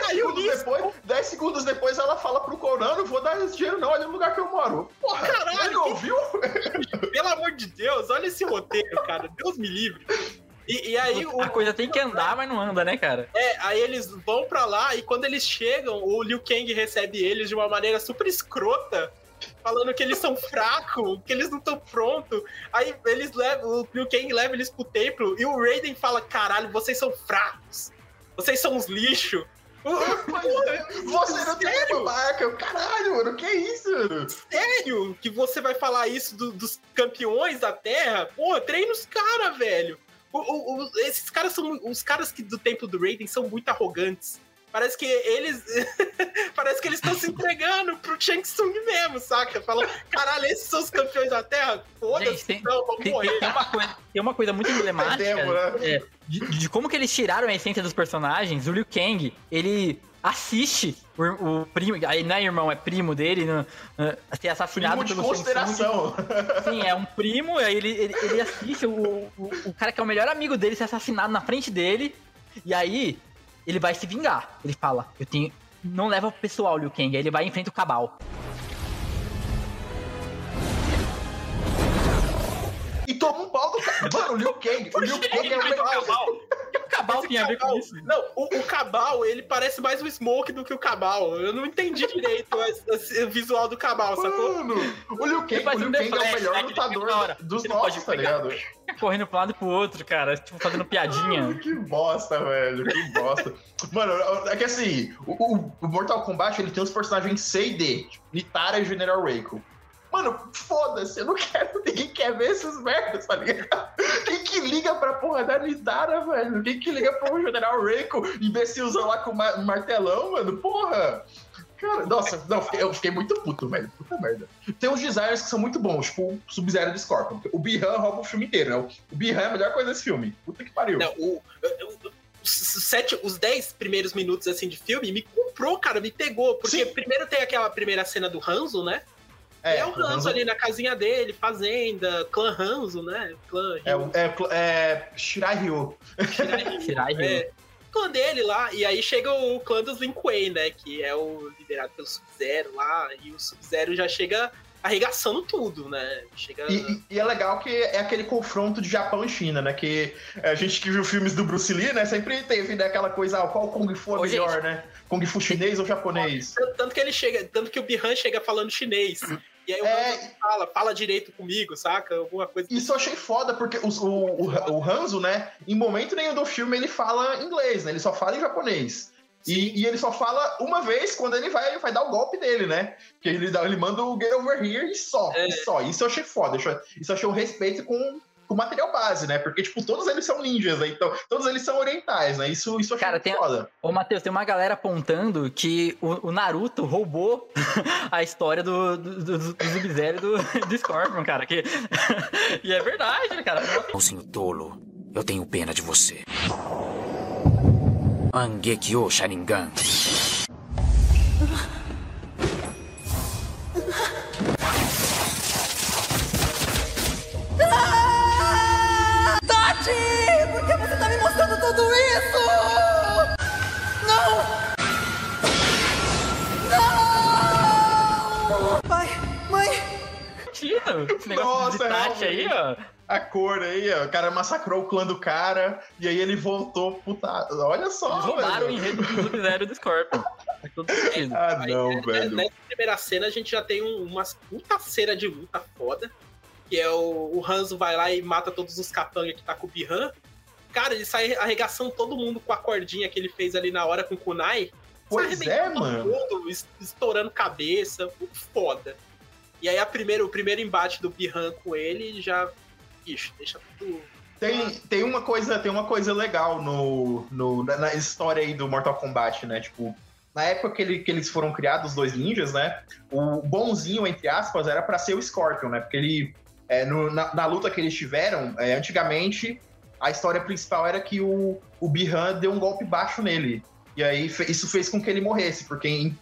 e 10 segundos depois ela fala pro Conan, não vou dar esse dinheiro não, olha o lugar que eu moro. Porra, caralho, ele ouviu? Pelo amor de Deus, olha esse roteiro, cara, Deus me livre. E aí a coisa tem que andar, mas não anda, né, cara? Aí eles vão pra lá e quando eles chegam, o Liu Kang recebe eles de uma maneira super escrota, falando que eles são fracos, que eles não estão prontos. Aí o Liu Kang leva eles pro templo e o Raiden fala, caralho, vocês são fracos, vocês são uns lixo. Você não tem babaca, caralho, mano, que isso? Sério que você vai falar isso dos campeões da Terra? Porra, treina os caras, velho. Esses caras são... Os caras do templo do Raiden são muito arrogantes. Parece que eles estão se entregando pro Shang Tsung mesmo, saca? Falam, caralho, esses são os campeões da Terra? Foda-se, não, vamos morrer. Tem uma coisa muito emblemática de como que eles tiraram a essência dos personagens. O Liu Kang, ele assiste o primo, aí não é irmão, é primo dele, ser assassinado pelo consideração. Sim, é um primo, aí ele assiste o cara que é o melhor amigo dele ser assassinado na frente dele, e aí ele vai se vingar. Ele fala, não leva pro pessoal, Liu Kang, aí ele vai e enfrenta o Cabal. E toma um pau do cara. Mano, o Liu Kang é o melhor. O Cabal tem a ver com isso? Não, o Cabal, ele parece mais o Smoke do que o Cabal. Eu não entendi direito o visual do Cabal, sacou? Mano, o Liu Kang é o melhor lutador dos nossos, tá ligado? Correndo pro lado e pro outro, cara, tipo, fazendo piadinha. Que bosta, velho, que bosta. Mano, é que assim, o Mortal Kombat, ele tem os personagens C e D, tipo, Nitara e General Reiko. Mano, foda-se, eu não quero, ninguém quer ver esses merdas, tá ligado? Quem que liga pra porra da Nitara, velho? Quem que liga pro General Reiko, imbecilzão lá com o martelão, mano? Porra! Cara, nossa, não, eu fiquei muito puto, velho. Puta merda. Tem uns designers que são muito bons, tipo o Sub-Zero do Scorpion. O Bi-Han rouba o filme inteiro, né? O Bi-Han é a melhor coisa desse filme. Puta que pariu. Não, os 10 primeiros minutos, assim, de filme me comprou, cara, me pegou. Porque primeiro tem aquela primeira cena do Hanzo, né? É o Hanzo ali na casinha dele, fazenda, clã Hanzo, né? Clã Ryu. Shirai Ryu. Shirai Ryu. clã dele lá, e aí chega o clã dos Lin Kuei, né, que é o liderado pelo Sub-Zero lá, e o Sub-Zero já chega arregaçando tudo, né? Chega... E é legal que é aquele confronto de Japão e China, né? Que a gente que viu filmes do Bruce Lee, né? Sempre teve, né, aquela coisa, qual Kung Fu é melhor, né? Kung Fu chinês ou japonês? Tanto que o Bi-Han chega falando chinês. E aí o Hanzo fala direito comigo, saca? Alguma coisa. Isso eu achei foda, porque o Hanzo, né? Em momento nenhum do filme ele fala inglês, né? Ele só fala em japonês. E ele só fala uma vez quando ele vai dar o golpe dele, né? Que ele manda o Get Over Here e só. Isso eu achei foda. Isso eu achei um respeito com o material base, né? Porque, tipo, todos eles são ninjas, né? Então, todos eles são orientais, né? Isso eu achei foda. Ô, Matheus, tem uma galera apontando que o Naruto roubou a história do Sub-Zero e do Scorpion, cara. E é verdade, né, cara? Mãozinho tolo, eu tenho pena de você. Mangekyo Sharingan. Tati! Por que você tá me mostrando tudo isso? Não! Não! Pai, mãe! Esse negócio de Tati aí, ó. A cor aí, ó. O cara massacrou o clã do cara e aí ele voltou, puta. Olha só, eles roubaram o enredo do Sub-Zero e do Scorpion. Faz todo sentido. Ah, não, velho. Nessa primeira cena a gente já tem uma puta cena de luta foda, que é o Hanzo vai lá e mata todos os capanga que tá com o Bi-Han. Cara, ele sai arregaçando todo mundo com a cordinha que ele fez ali na hora com o kunai. Pois é, mano. Mundo, estourando cabeça, muito foda. E aí o primeiro embate do Bi-Han com ele já... Ixi, deixa tudo... Tem uma coisa legal na história aí do Mortal Kombat, né? Tipo, na época que eles foram criados, os dois ninjas, né? O bonzinho, entre aspas, era pra ser o Scorpion, né? Porque ele... na luta que eles tiveram, antigamente, a história principal era que o Bi-Han deu um golpe baixo nele. E aí isso fez com que ele morresse, porque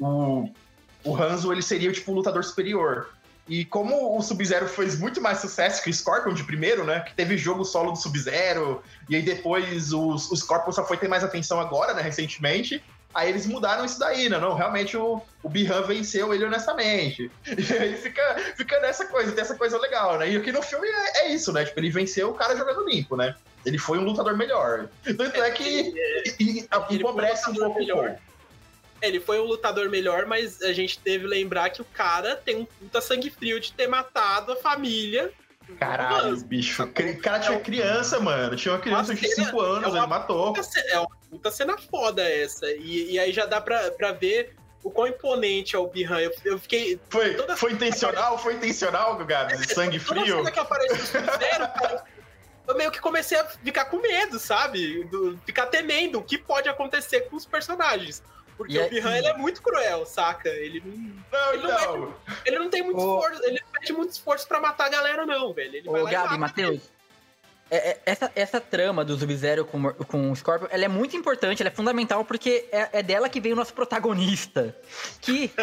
o Hanzo, ele seria tipo o lutador superior. E como o Sub-Zero fez muito mais sucesso que o Scorpion de primeiro, né? Que teve jogo solo do Sub-Zero, e aí depois o Scorpion só foi ter mais atenção agora, né? Recentemente. Aí eles mudaram isso daí, né? Não, realmente o Bi-Han venceu ele honestamente. E aí fica nessa coisa, tem essa coisa legal, né? E aqui no filme é isso, né? Tipo, ele venceu o cara jogando limpo, né? Ele foi um lutador melhor. Tanto é que empobrece um pouco melhor. Ele foi um lutador melhor, mas a gente deve lembrar que o cara tem um puta sangue frio de ter matado a família. Caralho, bicho. O cara tinha criança, mano. Tinha uma criança de 5 anos, ele matou. É uma puta cena foda essa. E aí já dá pra ver o quão imponente é o Bi-Han. Eu fiquei... Foi intencional, Gabi? Sangue frio? Toda cena que apareceu no Sub-Zero, cara, eu meio que comecei a ficar com medo, sabe? Ficar temendo o que pode acontecer com os personagens. Porque o Bi-Han, ele é muito cruel, saca? Ele não tem muito esforço, ele não mete muito esforço pra matar a galera, não, velho. Ele vai lá Gabi, Matheus, essa trama do Sub-Zero com o Scorpion, ela é muito importante, ela é fundamental, porque é dela que veio o nosso protagonista. Que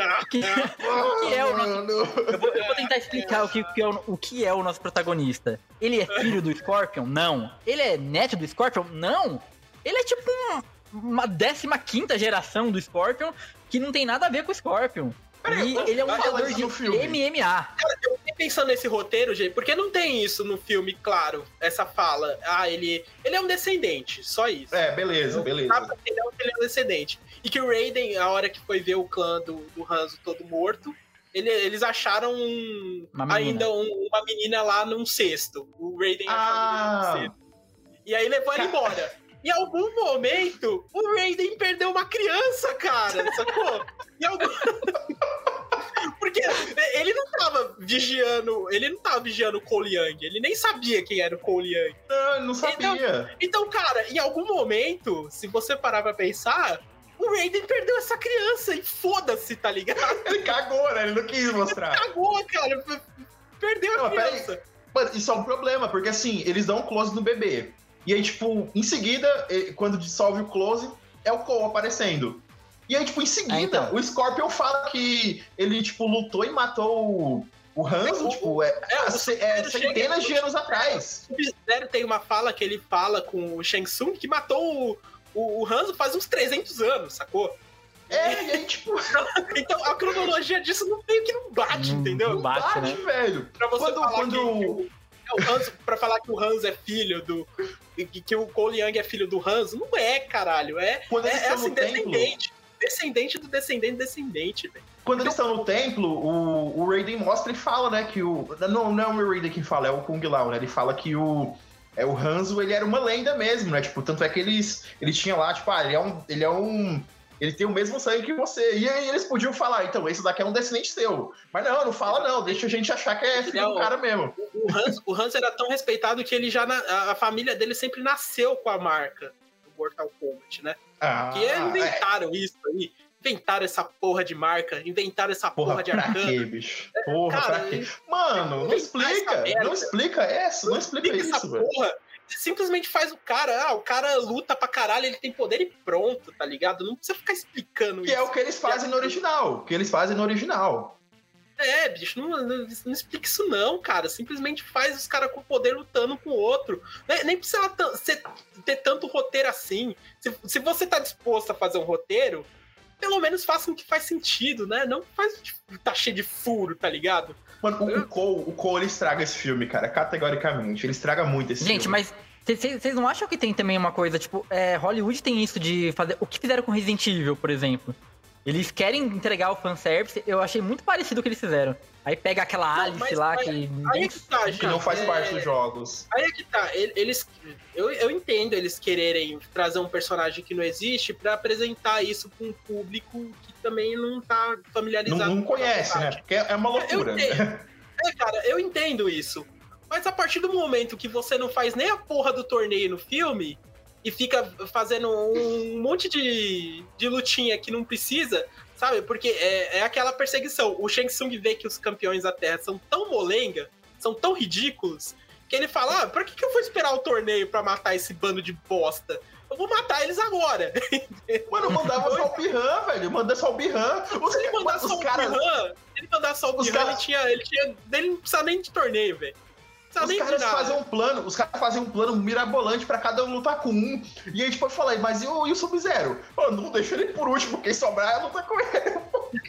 é o nosso... Eu vou tentar explicar o que é o nosso protagonista. Ele é filho do Scorpion? Não. Ele é neto do Scorpion? Não. Ele é tipo uma 15ª geração do Scorpion que não tem nada a ver com o Scorpion. Ele é um lutador de MMA. Cara, eu fiquei pensando nesse roteiro, gente, porque não tem isso no filme, claro, essa fala. Ele é um descendente, só isso. Beleza. Ele é um descendente. E que o Raiden, a hora que foi ver o clã do Hanzo todo morto, eles acharam ainda uma menina lá num cesto. O Raiden achou a menina num cesto. E aí levou ela embora. Em algum momento, o Raiden perdeu uma criança, cara, sacou? Porque ele não tava vigiando o Cole Young, ele nem sabia quem era o Cole Young. Não, ele não sabia. Então, cara, em algum momento, se você parar pra pensar, o Raiden perdeu essa criança e foda-se, tá ligado? Ele cagou, né? Ele não quis mostrar. Ele cagou, cara. Perdeu a criança. Mano, isso é um problema, porque assim, eles dão um close no bebê. E aí, tipo, em seguida, quando dissolve o close, é o Cole aparecendo. E aí, tipo, em seguida, o Scorpion fala que ele, tipo, lutou e matou o Hanzo, centenas de anos atrás. O Sub-Zero tem uma fala que ele fala com o Shang Tsung que matou O Hanzo faz uns 300 anos, sacou? E aí, tipo... Então a cronologia disso meio que não bate, entendeu? Não bate, né? velho. Pra você falar que o Hanzo, pra falar que o Hanzo é filho do... Que o Cole Young é filho do Hanzo, não é, caralho. É assim, descendente do descendente, velho. Quando eles estão no templo, o Raiden mostra e fala, né, que o... Não é o Raiden que fala, é o Kung Lao, né? Ele fala que o Hanzo, ele era uma lenda mesmo, né? Tipo, tanto é que eles tinham lá, tipo, ele tem o mesmo sangue que você. E aí eles podiam falar, então, esse daqui é um descendente seu. Mas não fala não, deixa a gente achar que é filho do cara mesmo. O Hanzo era tão respeitado que ele a família dele sempre nasceu com a marca do Mortal Kombat, né? Que inventaram isso aí. Inventaram essa porra de marca, inventaram essa porra de arcano. Pra quê, bicho? Porra, cara, pra quê? Mano, não explica isso, velho. Simplesmente faz o cara luta pra caralho, ele tem poder e pronto, tá ligado? Não precisa ficar explicando isso. Que é o que eles fazem no original. Bicho, não explica isso não, cara. Simplesmente faz os caras com poder lutando com o outro. Nem precisa ter tanto roteiro assim. Se você tá disposto a fazer um roteiro, pelo menos faça um que faz sentido, né? Não faz tá cheio de furo, tá ligado? Mano, o Cole, ele estraga esse filme, cara, categoricamente. Ele estraga muito esse filme. Gente, mas vocês não acham que tem também uma coisa, tipo, Hollywood tem isso de fazer... O que fizeram com Resident Evil, por exemplo? Eles querem entregar o fanservice, eu achei muito parecido o que eles fizeram. Aí pega aquela Alice lá que... que não faz parte dos jogos. Aí é que tá, eu entendo eles quererem trazer um personagem que não existe pra apresentar isso pra um público que também não tá familiarizado. Não conhece, né? Porque é uma loucura. Cara, eu entendo isso. Mas a partir do momento que você não faz nem a porra do torneio no filme... E fica fazendo um monte de lutinha que não precisa, sabe? Porque é aquela perseguição. O Shang Tsung vê que os campeões da Terra são tão molenga, são tão ridículos, que ele fala, pra que eu vou esperar o torneio pra matar esse bando de bosta? Eu vou matar eles agora. Mano, mandava só o Bihan, velho. Manda só o Bihan. Se ele mandasse só o Bihan, ele não precisa nem de torneio, velho. Os caras fazem um plano mirabolante pra cada um lutar com um. E aí, tipo, eu falei, mas e o Sub-Zero? Pô, não deixa ele por último, quem sobrar luta com ele.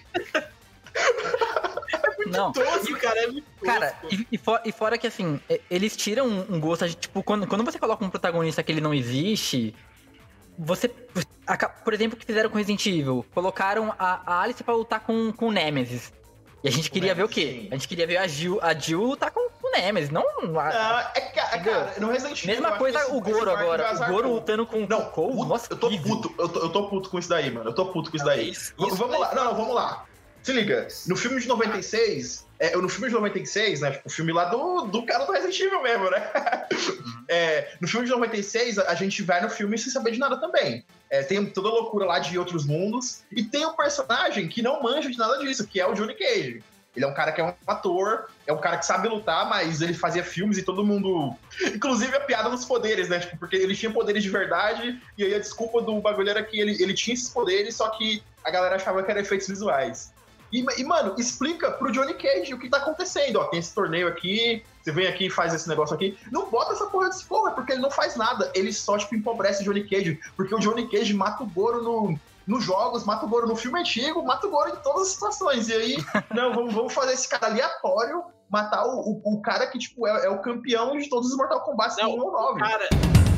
É muito tosco, cara, é muito tosco. Cara, e fora que, assim, eles tiram um gosto, tipo, quando você coloca um protagonista que ele não existe... Você, por exemplo, o que fizeram com Resident Evil? Colocaram a Alice pra lutar com o Nemesis. E a gente queria ver o quê? A gente queria ver a Jill lutar com o Nemesis, não... cara, no Resident Evil... Mesma coisa o Goro agora, o Goro lutando com o Cole. Nossa, eu tô puto com isso daí, mano. Vamos lá, vamos lá. Se liga, no filme de 96, né, tipo, o filme lá do cara do Resident Evil mesmo, né? No filme de 96, a gente vai no filme sem saber de nada também. Tem toda a loucura lá de outros mundos, e tem um personagem que não manja de nada disso, que é o Johnny Cage. Ele é um cara que é um ator, é um cara que sabe lutar, mas ele fazia filmes e todo mundo... Inclusive a piada dos poderes, né? Tipo, porque ele tinha poderes de verdade, e aí a desculpa do bagulho era que ele tinha esses poderes, só que a galera achava que eram efeitos visuais. E, mano, explica pro Johnny Cage o que tá acontecendo. Ó, tem esse torneio aqui, você vem aqui e faz esse negócio aqui. Não bota essa porra desse porra, porque ele não faz nada. Ele só, tipo, empobrece o Johnny Cage. Porque o Johnny Cage mata o Goro nos jogos, mata o Goro no filme antigo, mata o Goro em todas as situações. E aí, não, vamos fazer esse cara aleatório, matar o cara que, tipo, é o campeão de todos os Mortal Kombat do 1 ao 9. Cara...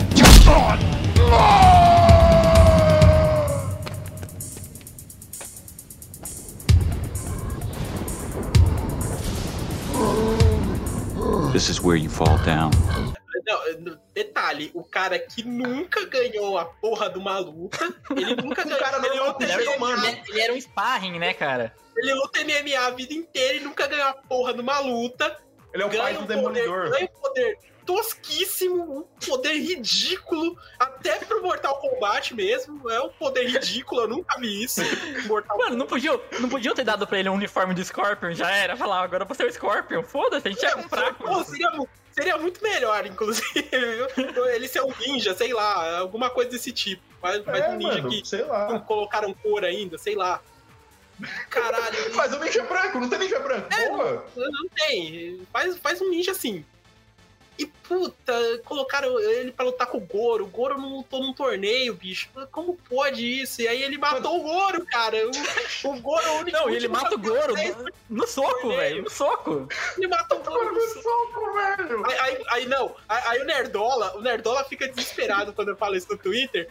This is where you fall down. Não, detalhe, o cara que nunca ganhou a porra de uma luta, ele nunca ganhou. Ele era um sparring, né, cara? Ele luta MMA a vida inteira e nunca ganhou a porra de uma luta. Ele é o pai do Demolidor. Ganha um poder tosquíssimo, um poder ridículo, até pro Mortal Kombat mesmo, é um poder ridículo, eu nunca vi isso. Mano, não podiam ter dado pra ele um uniforme do Scorpion, já era, falar, agora você é o Scorpion, foda-se, a gente ia comprar. Seria muito melhor, inclusive, ele ser um ninja, sei lá, alguma coisa desse tipo, mas um ninja, mano, que sei lá, não colocaram cor ainda, sei lá. Caralho. Faz um ninja branco, não tem ninja branco, porra. Não tem, faz um ninja assim. E, puta, colocaram ele pra lutar com o Goro. O Goro não lutou num torneio, bicho. Como pode isso? E aí ele matou o Goro, cara. O Goro é o único... Não, e ele mata o Goro no soco, velho. No soco. Ele mata o Goro no soco, velho. Aí o Nerdola fica desesperado quando eu falo isso no Twitter.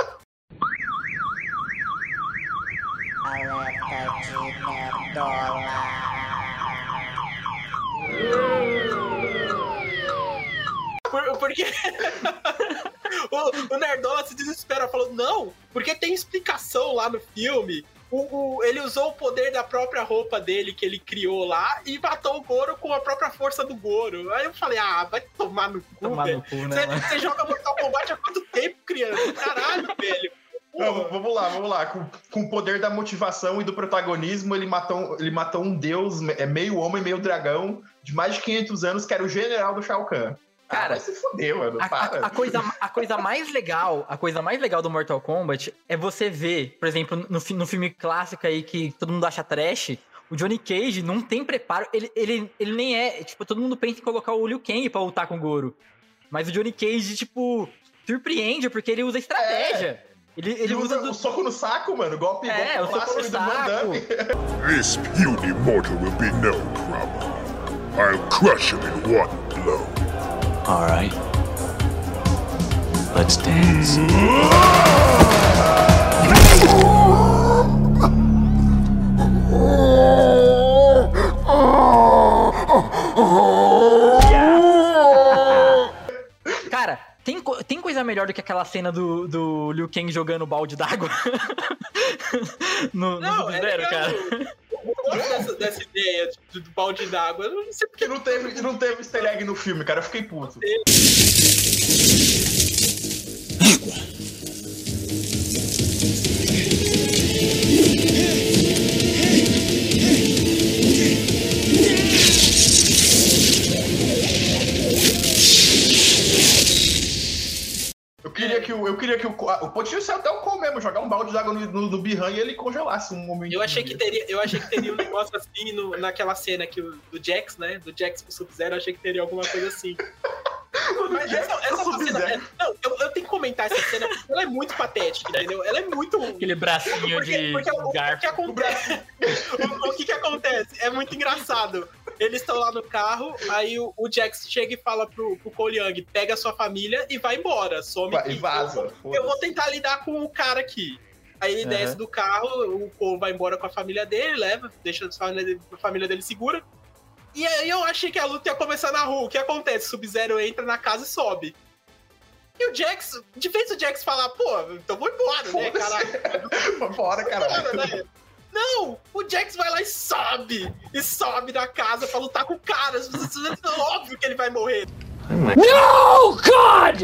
Alerta de Nerdola. Porque o Nerdola se desespera, falou, não, porque tem explicação lá no filme. Ele usou o poder da própria roupa dele que ele criou lá e matou o Goro com a própria força do Goro. Aí eu falei, vai tomar no cu, velho. Você joga Mortal Kombat há quanto tempo, criança? Caralho, velho. Não, vamos lá. Com o poder da motivação e do protagonismo, ele matou um deus, meio homem, meio dragão, de mais de 500 anos, que era o general do Shao Kahn. Cara, vai se foder, mano. A coisa mais legal do Mortal Kombat é você ver, por exemplo, no filme clássico aí que todo mundo acha trash, o Johnny Cage não tem preparo, ele nem é, tipo, todo mundo pensa em colocar o Liu Kang pra lutar com o Goro. Mas o Johnny Cage, tipo, surpreende porque ele usa estratégia. Ele usa o soco no saco, mano. Golpe o soco no saco. This puny mortal will be no problem. I'll crush him in one blow. All right. Let's dance. Cara, tem coisa melhor do que aquela cena do Liu Kang jogando balde d'água no Sub-Zero, cara? Eu gosto dessa ideia do balde d'água. Eu não sei porque não teve easter egg no filme, cara. Eu fiquei puto. Eu queria que o podia ser até o Cole mesmo, jogar um balde d'água no Bihan e ele congelasse um momento. Eu achei que teria um negócio assim naquela cena do Jax, né? Do Jax pro Sub-Zero, eu achei que teria alguma coisa assim. Mas essa cena. Não, eu tenho que comentar essa cena porque ela é muito patética, entendeu? Ela é muito. Aquele bracinho de garfo. O que acontece? É muito engraçado. Eles estão lá no carro, aí o Jax chega e fala pro Cole Young, pega a sua família e vai embora. Some e vaza. Eu vou tentar lidar com o cara aqui. Aí ele desce do carro, o Cole vai embora com a família dele, deixa a família dele segura. E aí eu achei que a luta ia começar na rua. O que acontece? Sub-Zero entra na casa e sobe. E o Jax, de vez o Jax falar, pô, então vou embora, né, caralho? Vou embora, caralho. Né? Não, o Jax vai lá e sobe na casa pra lutar com o cara. É óbvio que ele vai morrer. No, God!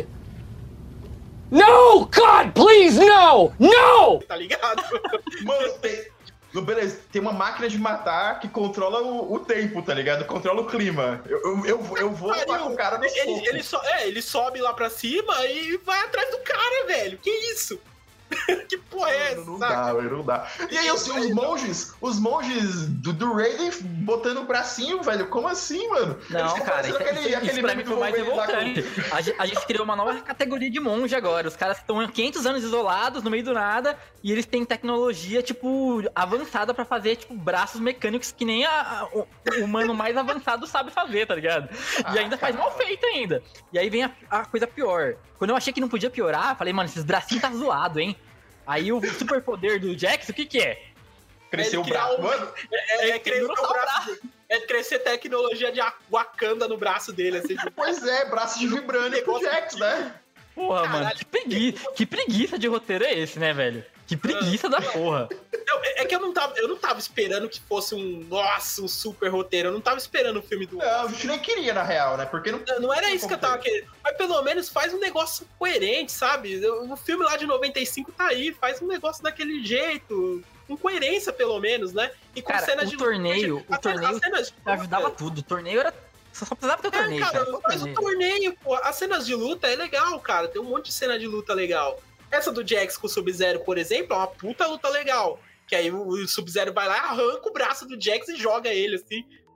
No, God, please, no! No! Tá ligado? Mano, beleza, tem uma máquina de matar que controla o tempo, tá ligado? Controla o clima. Eu vou lutar com o cara no soco. Ele sobe lá pra cima e vai atrás do cara, velho. Que isso? Que porra é essa? Não dá. E aí os monges do Raiden botando o bracinho, velho, como assim, mano? Não, cara, isso pra mim foi mais revoltante. A gente criou uma nova categoria de monge agora. Os caras estão há 500 anos isolados, no meio do nada, e eles têm tecnologia, tipo, avançada pra fazer, tipo, braços mecânicos que nem o humano mais avançado sabe fazer, tá ligado? E ainda faz mal feito ainda. E aí vem a coisa pior. Quando eu achei que não podia piorar, falei, mano, esses bracinhos tá zoado, hein? Aí o superpoder do Jax, o que é? Crescer o braço, mano. Crescer o braço. É crescer tecnologia de Wakanda no braço dele, assim. Pois é, braço de vibrânio pro Jax, né? Porra, caralho, mano, que preguiça de roteiro é esse, né, velho? Que preguiça da porra. É que eu não tava esperando que fosse um super roteiro. Eu não tava esperando o filme do... Não, a gente nem queria, na real, né? Porque não era isso que eu tava querendo. Mas pelo menos faz um negócio coerente, sabe? O filme lá de 95 tá aí, faz um negócio daquele jeito... Com coerência, pelo menos, né? E com cenas de... O torneio ajudava tudo. O torneio era... Só precisava ter o torneio, cara. Mas o torneio, pô, as cenas de luta é legal, cara. Tem um monte de cena de luta legal. Essa do Jax com o Sub-Zero, por exemplo, é uma puta luta legal. Que aí o Sub-Zero vai lá, arranca o braço do Jax e joga ele, assim.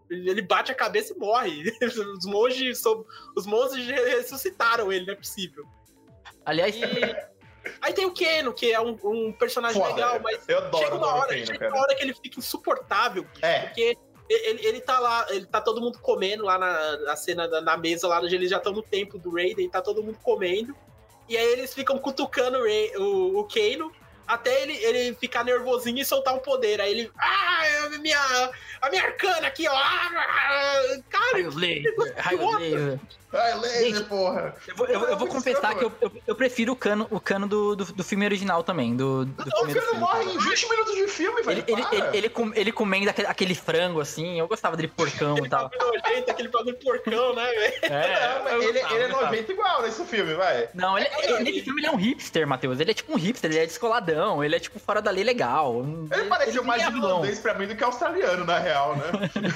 Ele bate a cabeça e morre. Os monges ressuscitaram ele, não é possível. Aliás... Aí tem o Kano, que é um personagem legal, mas chega uma hora que ele fica insuportável, porque ele tá lá, ele tá todo mundo comendo lá na cena, na mesa lá, onde eles já estão no templo do Raiden, tá todo mundo comendo, e aí eles ficam cutucando o Kano, até ele ficar nervosinho e soltar um poder. Aí ele... a minha arcana aqui, ó! Cara... Raio laser, porra! Eu vou confessar que eu prefiro o cano do filme original também. O Kano morre em 20 minutos de filme, velho. Ele comendo aquele frango, assim. Eu gostava dele porcão e tal. Aquele bagulho porcão, né, velho? Ele é nojento igual nesse filme, vai. Não, nesse filme ele é um hipster, Matheus. Ele é tipo um hipster, ele é descoladão. Ele é tipo fora da lei legal. Ele parecia mais irlandês pra mim do que australiano, na real, né?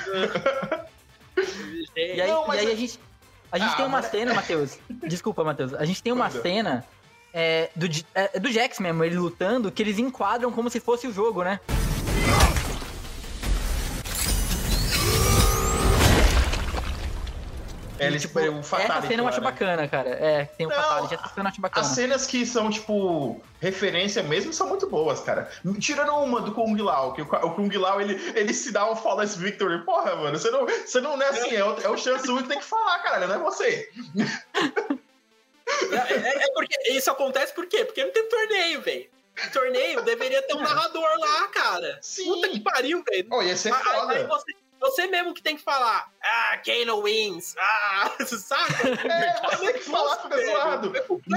E aí a gente tem uma cena, Matheus. Desculpa, Matheus. A gente tem uma cena do Jax mesmo, ele lutando, que eles enquadram como se fosse o jogo, né? Essa cena eu acho bacana, cara. Tem o Fatality, essa cena eu acho bacana. As cenas que são, tipo, referência mesmo são muito boas, cara. Tirando uma do Kung Lao, que o Kung Lao, ele se dá um Flawless Victory. Porra, mano, você não é assim, é o Shang Tsung que tem que falar, caralho, não é você. Porque isso acontece por quê? Porque não tem torneio, velho. No torneio deveria ter um narrador lá, cara. Sim. Puta que pariu, velho. Ia ser foda. Aí você mesmo que tem que falar, Kano wins, sabe? Você tem que falar tudo zoado.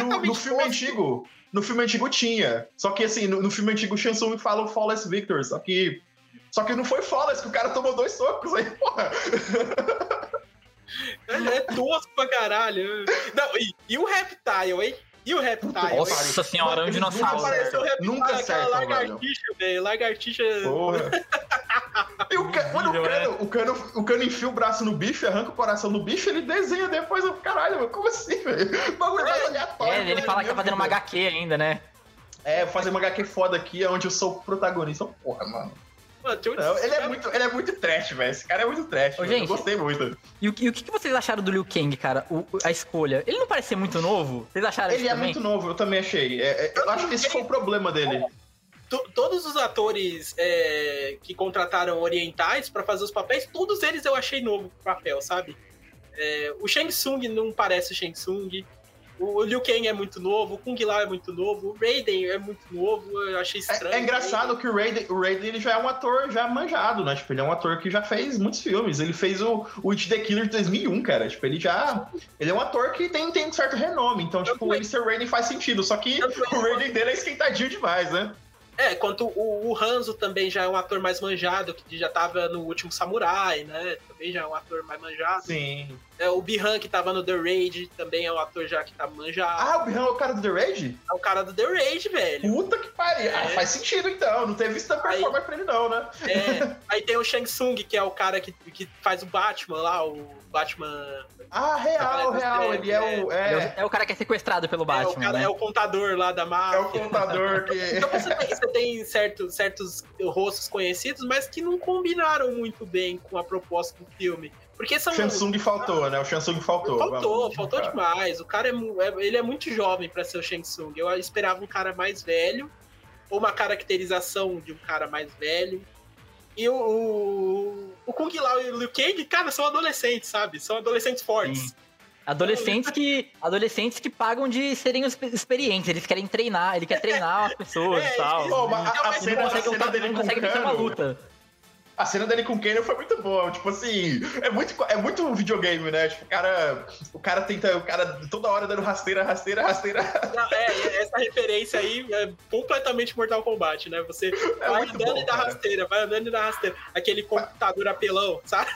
No filme antigo tinha. Só que assim, no filme antigo o Shang Tsung fala o Flawless Victor, só que não foi Flawless, que o cara tomou 2 socos aí, porra. É tosco pra caralho. Não, e o Reptile, hein? E o Reptile? Nossa senhora, um dinossauro. Nunca acerta, lagartixa, velho. Lagartixa. Porra. E o Cano enfia o braço no bicho, arranca o coração do bicho, ele desenha depois. Caralho, mano, como assim, velho? Bagulho mais aleatório. Ele fala que tá fazendo uma HQ ainda, né? Fazer uma HQ foda aqui, é onde eu sou o protagonista. Porra, mano. Não, ele é muito trash, velho. Esse cara é muito trash. Gente, eu gostei muito. E o que vocês acharam do Liu Kang, cara? A escolha. Ele não parece ser muito novo? Vocês acharam isso também? Ele é muito novo, eu também achei. Eu acho que esse foi o problema dele. Todos os atores que contrataram orientais pra fazer os papéis, todos eles eu achei novo pro papel, sabe? O Shang Tsung não parece o Shang Tsung. O Liu Kang é muito novo, o Kung Lao é muito novo, o Raiden é muito novo, eu achei estranho. É engraçado que o Raiden ele já é um ator já manjado, né? Tipo, ele é um ator que já fez muitos filmes. Ele fez o It the Killer de 2001, cara. Tipo, ele é um ator que tem um certo renome. Então, tipo, ele ser Raiden faz sentido. Só que o Raiden dele é esquentadinho demais, né? Quanto o Hanzo também já é um ator mais manjado, que já tava no Último Samurai, né? Também já é um ator mais manjado. Sim. O Bihan, que tava no The Raid, também é um ator já que tá manjado. O Bihan é o cara do The Raid? É o cara do The Raid, velho. Puta que pariu. Faz sentido, então. Não teve visto a performance pra ele, não, né? Aí tem o Shang Tsung, que é o cara que faz o Batman lá, o Batman... real. Ele é o cara que é sequestrado pelo Batman, né? É o contador lá da máfia. É o contador que... Então você tem certos rostos conhecidos, mas que não combinaram muito bem com a proposta do filme. Porque são... O Shang Tsung faltou, né? O Shang Tsung faltou. Faltou demais. O cara ele é muito jovem pra ser o Shang Tsung. Eu esperava um cara mais velho, ou uma caracterização de um cara mais velho. E o Kung Lao e o Liu Kang, cara, são adolescentes, sabe? São adolescentes fortes. Sim. Adolescentes que pagam de serem experientes, eles querem treinar, ele quer treinar as pessoas e tal. A cena dele não consegue vencer uma luta. A cena dele com o Kano foi muito boa, tipo assim, é muito videogame, né? Tipo, o cara toda hora dando rasteira. Não, essa referência aí é completamente Mortal Kombat, né? Você vai andando e dá rasteira, aquele computador apelão, sabe?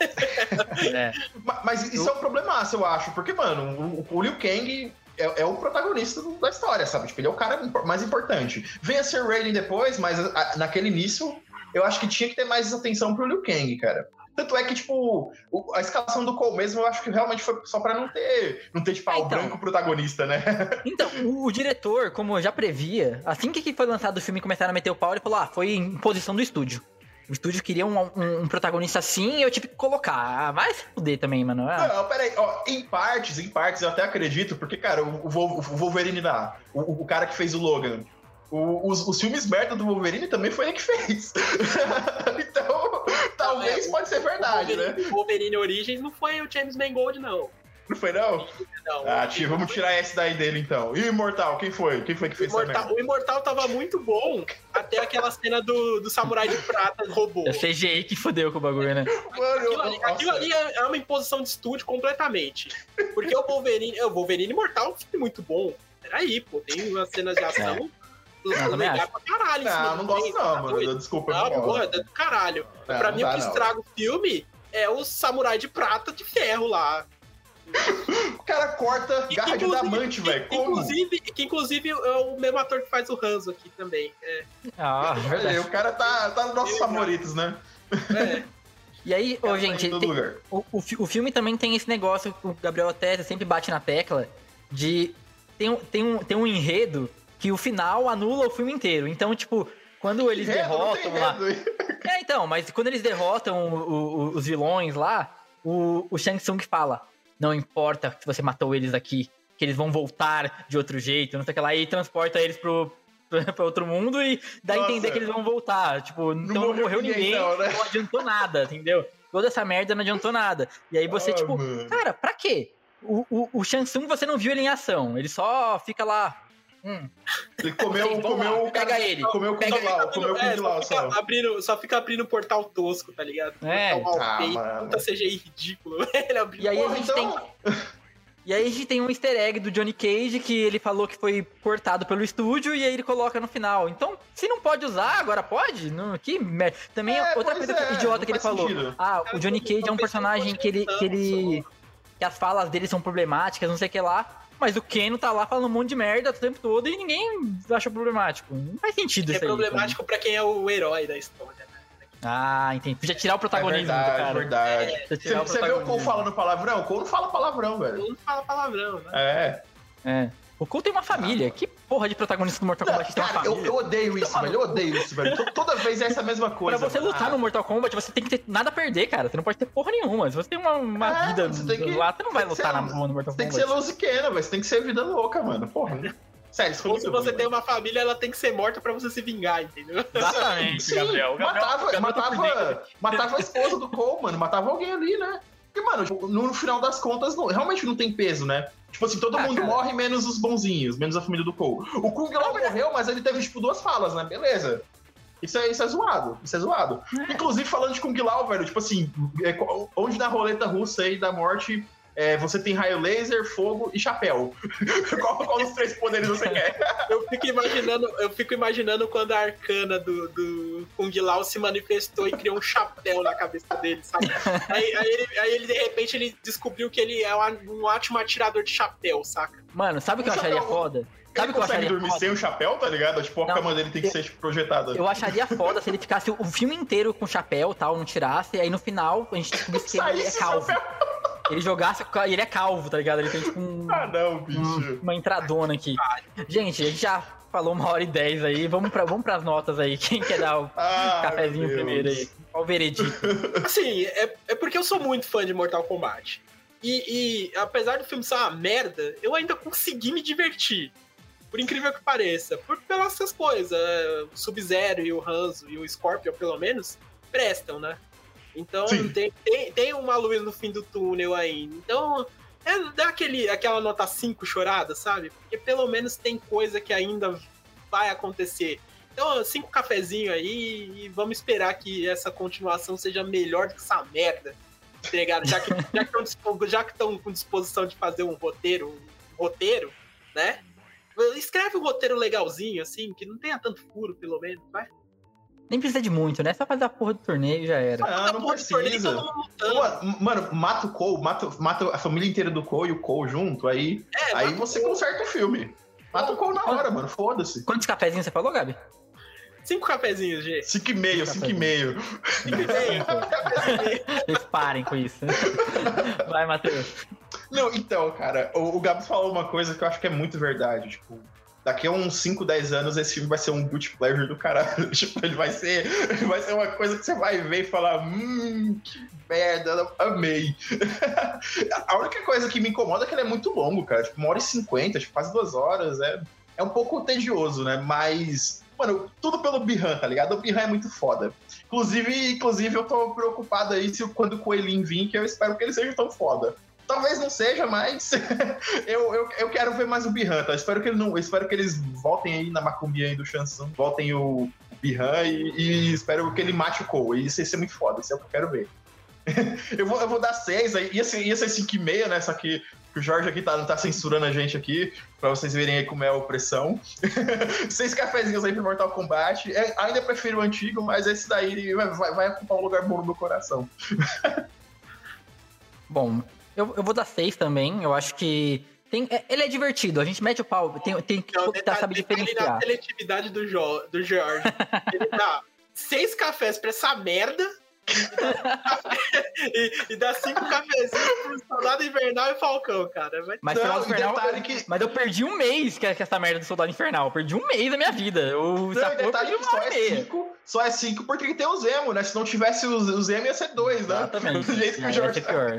Mas isso é um problemaço, eu acho, porque, mano, o Liu Kang é o protagonista da história, sabe? Tipo, ele é o cara mais importante. Vem a ser Raiden depois, mas naquele início... Eu acho que tinha que ter mais atenção pro Liu Kang, cara. Tanto é que, tipo, a escalação do Cole mesmo, eu acho que realmente foi só pra não ter tipo, o branco protagonista, né? Então, o diretor, como eu já previa, assim que foi lançado o filme e começaram a meter o pau, ele falou, foi em posição do estúdio. O estúdio queria um protagonista assim e eu tive que colocar. Vai se fuder também, mano. Não, peraí. Ó, em partes, eu até acredito, porque, cara, o Wolverine o cara que fez o Logan, os filmes merda do Wolverine também foi ele que fez. Então, talvez pode ser verdade, né? O Wolverine Origins não foi o James Mangold, não. Não foi, não? Não. Vamos tirar esse daí dele, então. E o Imortal, quem foi? Quem foi que fez essa merda? O Imortal tava muito bom até aquela cena do Samurai de Prata robô. É CGI que fodeu com o bagulho, né? Aquilo ali é uma imposição de estúdio completamente. Porque o Wolverine Imortal é muito bom. Peraí, pô, tem umas cenas de ação... legal pra caralho. Não gosto não, mano. Desculpa. Porra, é do caralho. Pra mim, o que estraga o filme é o Samurai de Prata de ferro lá. O cara corta garra de diamante, velho. Que inclusive é o mesmo ator que faz o Hanzo aqui também. Verdade. O cara tá nos nossos favoritos, né? E aí, gente, o filme também tem esse negócio que o Gabriel Tessa sempre bate na tecla de tem um enredo que o final anula o filme inteiro. Então, tipo, quando eles derrotam lá... mas quando eles derrotam os vilões lá, o Shang Tsung fala, não importa se você matou eles aqui, que eles vão voltar de outro jeito, não sei o que lá, e transporta eles pra outro mundo e dá a entender que eles vão voltar. Tipo, então não morreu ninguém, não adiantou nada, entendeu? Toda essa merda não adiantou nada. E aí você, mano. Cara, pra quê? O Shang Tsung, você não viu ele em ação, ele só fica lá... Ele comeu pega ele. Comeu o Kung Lao, só fica abrindo o portal tosco, tá ligado? Puta CGI ridículo. E aí a gente tem um easter egg do Johnny Cage que ele falou que foi cortado pelo estúdio e aí ele coloca no final. Então, se não pode usar, agora pode? Também outra coisa idiota que ele falou. O Johnny Cage é um personagem que as falas dele são problemáticas, não sei o que lá. Mas o Keno tá lá falando um monte de merda o tempo todo e ninguém acha problemático. Não faz sentido isso aí. É problemático pra quem é o herói da história, né? Entendi. Podia tirar o protagonismo do cara. É verdade. Você vê o Cole falando palavrão? O Cole não fala palavrão, velho. O Cole não fala palavrão, né? O Cole tem uma família. Que porra de protagonista do Mortal Kombat tem uma família? Eu odeio isso, velho. Toda vez é essa mesma coisa. Pra você lutar no Mortal Kombat, você tem que ter nada a perder, cara. Você não pode ter porra nenhuma. Se você tem uma vida lá, você não vai lutar no Mortal Kombat. Tem que ser lusquena, velho. Você tem que ser vida louca, mano. Porra. Sério, ou se você tem uma família, ela tem que ser morta pra você se vingar, entendeu? Exatamente, sim, Gabriel. Matava a esposa do Cole, mano. Matava alguém ali, né? E, mano, no final das contas, realmente não tem peso, né? Tipo assim, todo mundo morre, menos os bonzinhos, menos a família do Cole. O Kung Lao morreu, mas ele teve, tipo, 2 falas, né? Beleza. Isso é zoado. Inclusive, falando de Kung Lao, velho, tipo assim, onde na roleta russa aí da morte... você tem raio laser, fogo e chapéu. Qual dos 3 poderes você quer? Eu fico imaginando quando a arcana do Kung Lao se manifestou e criou um chapéu na cabeça dele, sabe? Aí ele, de repente, ele descobriu que ele é um ótimo atirador de chapéu, saca? Mano, sabe o que eu acharia foda? Ele consegue dormir sem o chapéu, tá ligado? Tipo, a cama dele tem que ser projetada. Eu acharia foda se ele ficasse o filme inteiro com chapéu e tal, não tirasse, e aí no final a gente descobrisse que ele é calvo. Ele jogasse e ele é calvo, tá ligado? Ele tem tipo uma entradona aqui. Gente, a gente já falou 1h10 aí. Vamos pras notas aí. Quem quer dar o cafezinho primeiro aí? Qual o veredito? Assim, é porque eu sou muito fã de Mortal Kombat. E apesar do filme ser uma merda, eu ainda consegui me divertir. Por incrível que pareça. Pelas essas coisas. O Sub-Zero e o Hanzo e o Scorpion, pelo menos, prestam, né? Então tem uma luz no fim do túnel ainda. Então dá aquela nota 5 chorada, sabe? Porque pelo menos tem coisa que ainda vai acontecer. Então 5 cafezinhos aí e vamos esperar que essa continuação seja melhor do que essa merda. Entregado? Já que estão com disposição de fazer um roteiro, né? Escreve um roteiro legalzinho, assim, que não tenha tanto furo, pelo menos, vai. Nem precisa de muito, né? Só fazer a porra do torneio e já era. Não precisa. Mano, mata o Cole, mata a família inteira do Cole e o Cole junto, aí você conserta o filme. Mata o Cole na hora, mano, foda-se. Quantos cafezinhos você falou, Gabi? 5 cafezinhos, gente. 5,5. Vocês parem com isso. Vai, Matheus. Não, então, cara, o Gabi falou uma coisa que eu acho que é muito verdade, tipo... daqui a uns 5, 10 anos esse filme vai ser um guilty pleasure do caralho. Tipo, ele vai ser uma coisa que você vai ver e falar, que merda, amei. A única coisa que me incomoda é que ele é muito longo, cara. Tipo, 1h50, tipo, quase 2 horas. É um pouco tedioso, né? Mas, mano, tudo pelo Bi-Han, tá ligado? O Bi-Han é muito foda. Inclusive, eu tô preocupado aí quando o Coelhinho vir, que eu espero que ele seja tão foda. Talvez não seja, mas eu quero ver mais o Bi-Han, tá? Eu espero que eles voltem aí na macumbia aí do Shansung, voltem o Bi-Han e espero que ele mate o Cole. Isso ia ser muito foda, isso é o que eu quero ver. eu vou dar 6, aí ia ser 5,5, né? Só que o Jorge aqui tá censurando a gente aqui, pra vocês verem aí como é a opressão. 6 cafezinhos aí pro Mortal Kombat. Ainda prefiro o antigo, mas esse daí vai ocupar um lugar bom no meu coração. Bom, eu vou dar 6 também. Eu acho que ele é divertido. A gente mete o pau. Tem que saber diferenciar. Na seletividade do Jorge. Ele dá 6 cafés pra essa merda e dá 5 cafezinhos pro Soldado Invernal e Falcão, cara. Mas eu perdi um mês que essa merda do Soldado Infernal. Eu perdi um mês da minha vida. Só é 5 porque tem o Zemo, né? Se não tivesse o Zemo ia ser 2, né? Exatamente. Do jeito que o Jorge pior.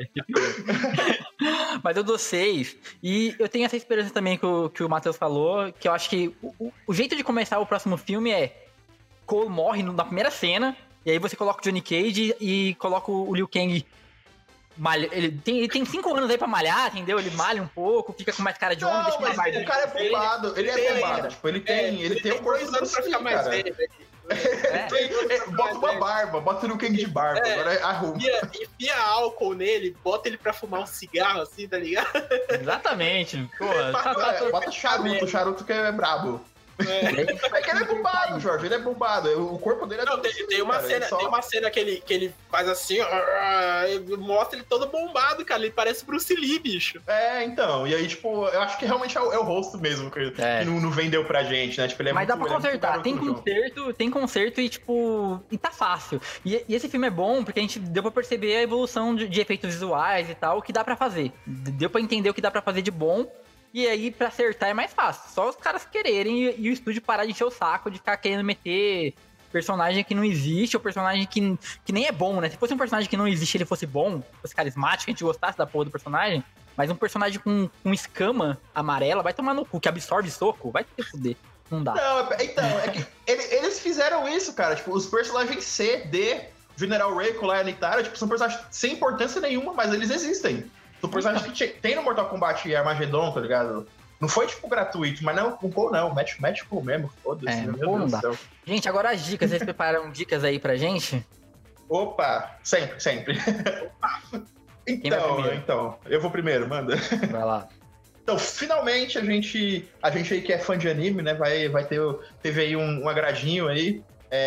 Mas eu dou 6. E eu tenho essa esperança também que o Matheus falou, que eu acho que o jeito de começar o próximo filme é Cole morre na primeira cena, e aí você coloca o Johnny Cage e coloca o Liu Kang. Ele tem 5 anos aí pra malhar, entendeu? Ele malha um pouco, fica com mais cara de homem. Não, mas o cara é bombado. Ele é bombado. Tipo, ele tem um corpo 2 anos pra ficar mais velho, velho. Bota uma barba, bota o Liu Kang de barba, agora arruma. Enfia álcool nele, bota ele pra fumar um cigarro assim, tá ligado? Exatamente. Pô, bota charuto que é brabo. É que ele é bombado, Jorge, ele é bombado. O corpo dele é não, tem uma cena que ele faz assim, mostra ele todo bombado, cara. Ele parece Bruce Lee, bicho. Então. E aí, tipo, eu acho que realmente é o rosto mesmo que não vendeu pra gente, né? Tipo, ele é mas dá pra consertar. Tem conserto e, tipo. E tá fácil. E esse filme é bom porque a gente deu pra perceber a evolução de efeitos visuais e tal, o que dá pra fazer. Deu pra entender o que dá pra fazer de bom. E aí, pra acertar é mais fácil. Só os caras quererem e o estúdio parar de encher o saco, de ficar querendo meter personagem que não existe, ou personagem que nem é bom, né? Se fosse um personagem que não existe e ele fosse bom, fosse carismático, a gente gostasse da porra do personagem, mas um personagem com escama amarela vai tomar no cu, que absorve soco, vai se fuder. Não dá. Não, então, é que eles fizeram isso, cara. Tipo, os personagens C, D, General Ray, Kulai e Nitara, tipo, são personagens sem importância nenhuma, mas eles existem. São personagens que tem no Mortal Kombat e Armageddon, tá ligado? Não foi, tipo, gratuito, mas não, mete com mesmo, foda-se, meu Deus do céu. Gente, agora as dicas, vocês prepararam dicas aí pra gente? Opa, sempre. Então, eu vou primeiro, manda. Vai lá. Então, finalmente, a gente aí que é fã de anime, né, teve aí um agradinho aí.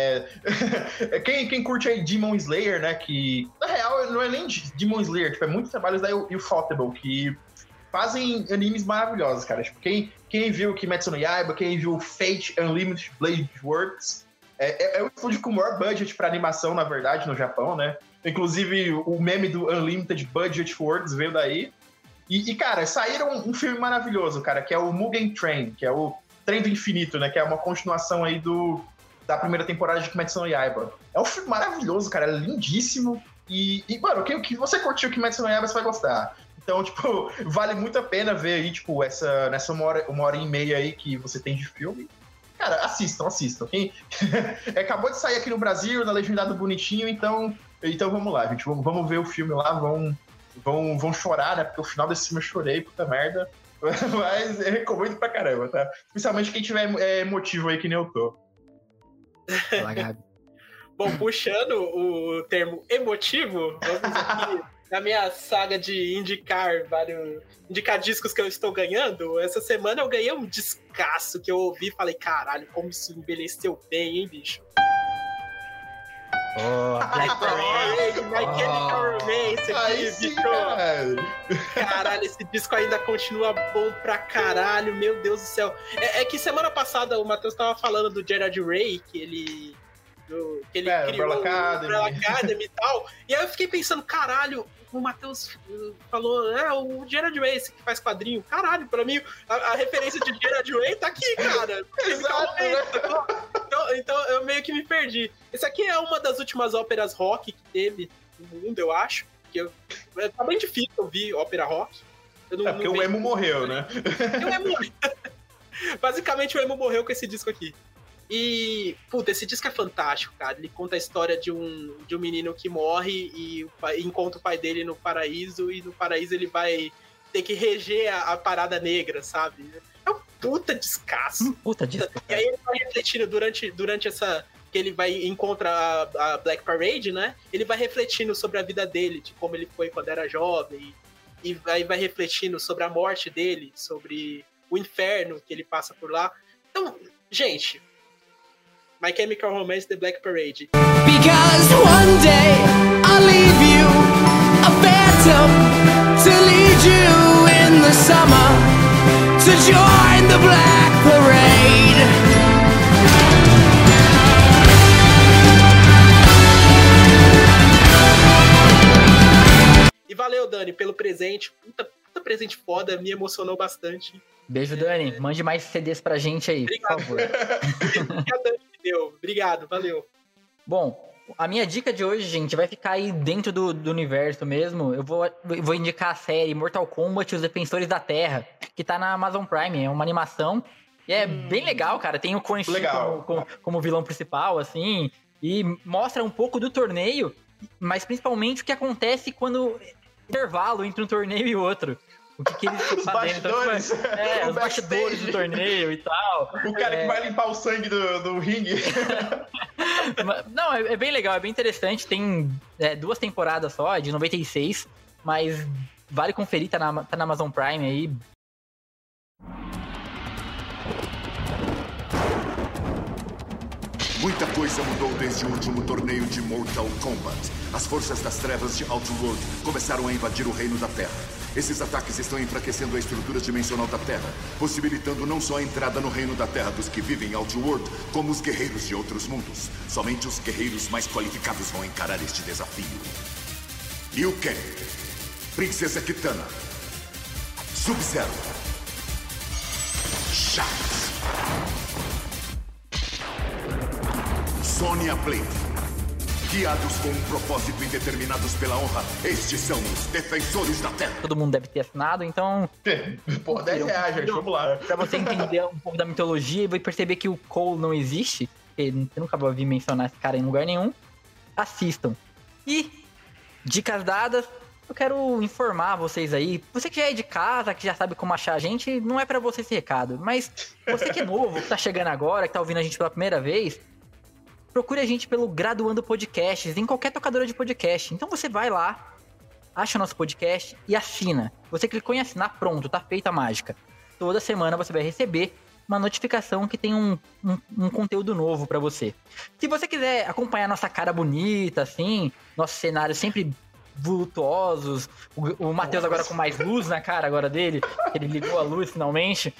Quem curte aí Demon Slayer, né, que na real não é nem Demon Slayer, tipo, é muitos trabalhos da Ufotable que fazem animes maravilhosos, cara. Tipo, quem viu Kimetsu no Yaiba, quem viu Fate Unlimited Blade Works, é o estúdio com o maior budget pra animação, na verdade, no Japão, né? Inclusive, o meme do Unlimited Budget Works veio daí. E cara, saíram um filme maravilhoso, cara, que é o Mugen Train, que é o Trem do Infinito, né? Que é uma continuação aí da primeira temporada de Kimetsu no Yaiba. É um filme maravilhoso, cara, é lindíssimo. E mano, que você curtiu Kimetsu no Yaiba, você vai gostar. Então, tipo, vale muito a pena ver aí, tipo, nessa uma hora e meia aí que você tem de filme. Cara, assistam. Acabou de sair aqui no Brasil, na legendado bonitinho, então vamos lá, gente. Vamos ver o filme lá, vão chorar, né? Porque o final desse filme eu chorei, puta merda. Mas eu recomendo pra caramba, tá? Especialmente quem tiver motivo aí que nem eu tô. Bom, puxando o termo emotivo, vamos aqui na minha saga de indicar discos que eu estou ganhando. Essa semana eu ganhei um discaço que eu ouvi e falei, caralho, como isso envelheceu bem, hein, bicho? Black Parade, My Chemical Romance aqui, bicho. Caralho, esse disco ainda continua bom pra caralho, meu Deus do céu. É que semana passada o Matheus tava falando do Gerard Way, que ele criou o Umbrella Academy e tal. E aí eu fiquei pensando, caralho, o Matheus falou, o Gerard Way, esse que faz quadrinho. Caralho, pra mim, a referência de Gerard Way tá aqui, cara. Exato, então eu meio que me perdi. Esse aqui é uma das últimas óperas rock que teve no mundo, eu acho. Tá bem difícil ouvir ópera rock. Porque o emo morreu, né? Basicamente, o emo morreu com esse disco aqui. E, puta, esse disco é fantástico, cara. Ele conta a história de um menino que morre e encontra o pai dele no paraíso, e no paraíso ele vai ter que reger a parada negra, sabe? É um puta descasso. Puta disco. E aí ele vai refletindo durante essa... que ele encontra a Black Parade, né? Ele vai refletindo sobre a vida dele, de como ele foi quando era jovem, e aí vai refletindo sobre a morte dele, sobre o inferno que ele passa por lá. Então, gente... My Chemical Romance, The Black Parade. Because one day I'll leave you a phantom to lead you in the summer to join the Black Parade. E valeu, Dani, pelo presente. Puta presente foda, me emocionou bastante. Beijo, Dani. Mande mais CDs pra gente aí, obrigado. Por favor. Obrigado, valeu. Bom, a minha dica de hoje, gente, vai ficar aí dentro do universo mesmo. Eu vou indicar a série Mortal Kombat, Os Defensores da Terra, que tá na Amazon Prime. É uma animação e é bem legal, cara. Tem o Quan Chi como vilão principal, assim, e mostra um pouco do torneio, mas principalmente o que acontece quando intervalo entre um torneio e outro. O que eles os bastidores. Então, os bastidores do torneio e tal. O cara que vai limpar o sangue do ringue. Não, é bem legal, é bem interessante. Tem 2 temporadas só, é de 96, mas vale conferir, tá na Amazon Prime aí. Muita coisa mudou desde o último torneio de Mortal Kombat. As forças das trevas de Outworld começaram a invadir o Reino da Terra. Esses ataques estão enfraquecendo a estrutura dimensional da Terra, possibilitando não só a entrada no Reino da Terra dos que vivem em Outworld, como os guerreiros de outros mundos. Somente os guerreiros mais qualificados vão encarar este desafio. Liu Kang, Princesa Kitana, Sub-Zero, Shanks, Sonya Blade. Guiados com um propósito e determinados pela honra, estes são os Defensores da Terra. Todo mundo deve ter assinado, então... Pô, R$10, gente, vamos lá. Pra você entender um pouco da mitologia e vai perceber que o Cole não existe, você nunca vai ouvir mencionar esse cara em lugar nenhum, assistam. E, dicas dadas, eu quero informar vocês aí, você que já é de casa, que já sabe como achar a gente, não é pra você esse recado, mas você que é novo, que tá chegando agora, que tá ouvindo a gente pela primeira vez... Procure a gente pelo Graduando Podcasts, em qualquer tocadora de podcast. Então você vai lá, acha o nosso podcast e assina. Você clicou em assinar, pronto, tá feita a mágica. Toda semana você vai receber uma notificação que tem um conteúdo novo pra você. Se você quiser acompanhar nossa cara bonita, assim, nossos cenários sempre vultuosos, o Matheus agora com mais luz na cara agora dele, ele ligou a luz finalmente.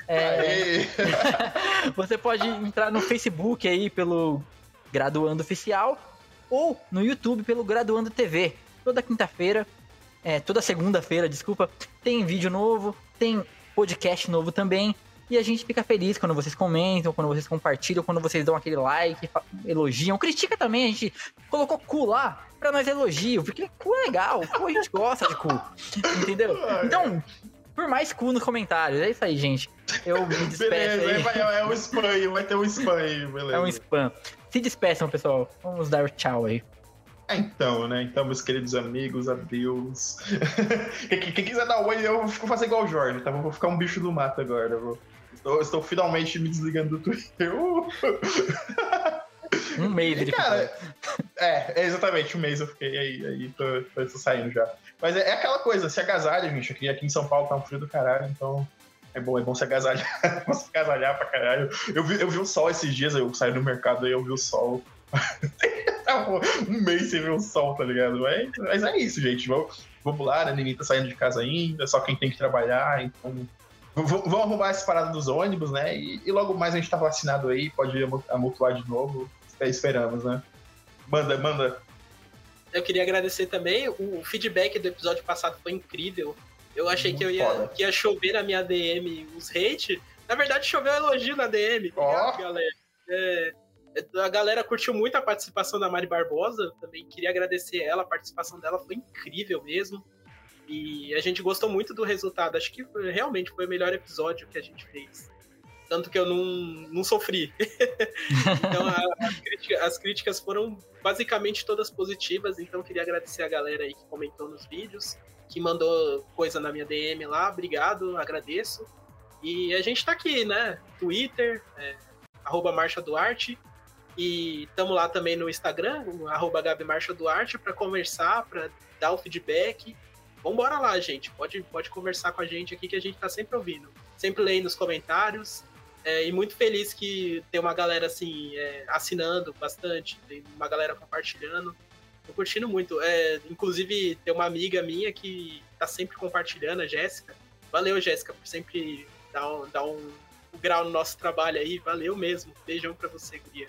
Você pode entrar no Facebook aí pelo Graduando Oficial ou no YouTube pelo Graduando TV. Toda quinta-feira, toda segunda-feira, desculpa, tem vídeo novo, tem podcast novo também. E a gente fica feliz quando vocês comentam, quando vocês compartilham, quando vocês dão aquele like, elogiam. Critica também, a gente colocou cu lá pra nós elogio, porque cu é legal, cu a gente gosta de cu, entendeu? Então, por mais cu nos comentários, é isso aí, gente. Eu me despeço. Beleza, aí. É um spam, vai ter um spam aí, beleza. É um spam. Se despeçam, pessoal. Vamos dar tchau aí. Então, né? Então, meus queridos amigos, adeus. Quem quiser dar oi, eu vou fazer igual o Jorge, tá? Vou ficar um bicho do mato agora. Estou finalmente me desligando do Twitter. Um mês ele cara, exatamente, um mês eu fiquei aí tô saindo já. Mas é aquela coisa, se agasalha, gente. Aqui em São Paulo tá um frio do caralho, então é bom se agasalhar, se agasalhar pra caralho. Eu vi o sol esses dias, eu saí no mercado aí, eu vi o sol. Um mês sem ver o sol, tá ligado? Mas é isso, gente. Vamos lá, né? Ninguém tá saindo de casa ainda, só quem tem que trabalhar, então... Vamos arrumar essa parada dos ônibus, né? E logo mais a gente tá vacinado aí, pode amontoar de novo. Esperamos, né? Manda. Eu queria agradecer também. O feedback do episódio passado foi incrível. Eu achei que que ia chover na minha DM os hate. Na verdade, choveu elogio na DM. Obrigado, galera. A galera curtiu muito a participação da Mari Barbosa. Também queria agradecer ela. A participação dela foi incrível mesmo. E a gente gostou muito do resultado. Acho que realmente foi o melhor episódio que a gente fez. Tanto que eu não sofri. Então, as críticas foram basicamente todas positivas. Então, queria agradecer a galera aí que comentou nos vídeos, que mandou coisa na minha DM lá. Obrigado, agradeço. E a gente tá aqui, né? Twitter, @MarchaDuarte. E estamos lá também no Instagram, @GabiMarchaDuarte, para conversar, para dar o feedback. Vambora lá, gente. Pode conversar com a gente aqui, que a gente tá sempre ouvindo. Sempre lendo os comentários. E muito feliz que tem uma galera assim, assinando bastante, tem uma galera compartilhando. Tô curtindo muito. Inclusive, tem uma amiga minha que tá sempre compartilhando, a Jéssica. Valeu, Jéssica, por sempre dar um grau no nosso trabalho aí. Valeu mesmo. Beijão pra você, guria.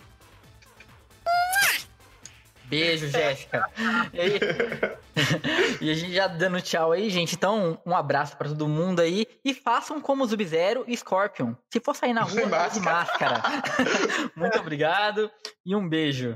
Beijo, Jéssica. E a gente já dando tchau aí, gente. Então, um abraço pra todo mundo aí. E façam como Sub-Zero e Scorpion. Se for sair na rua, de máscara. Muito obrigado e um beijo.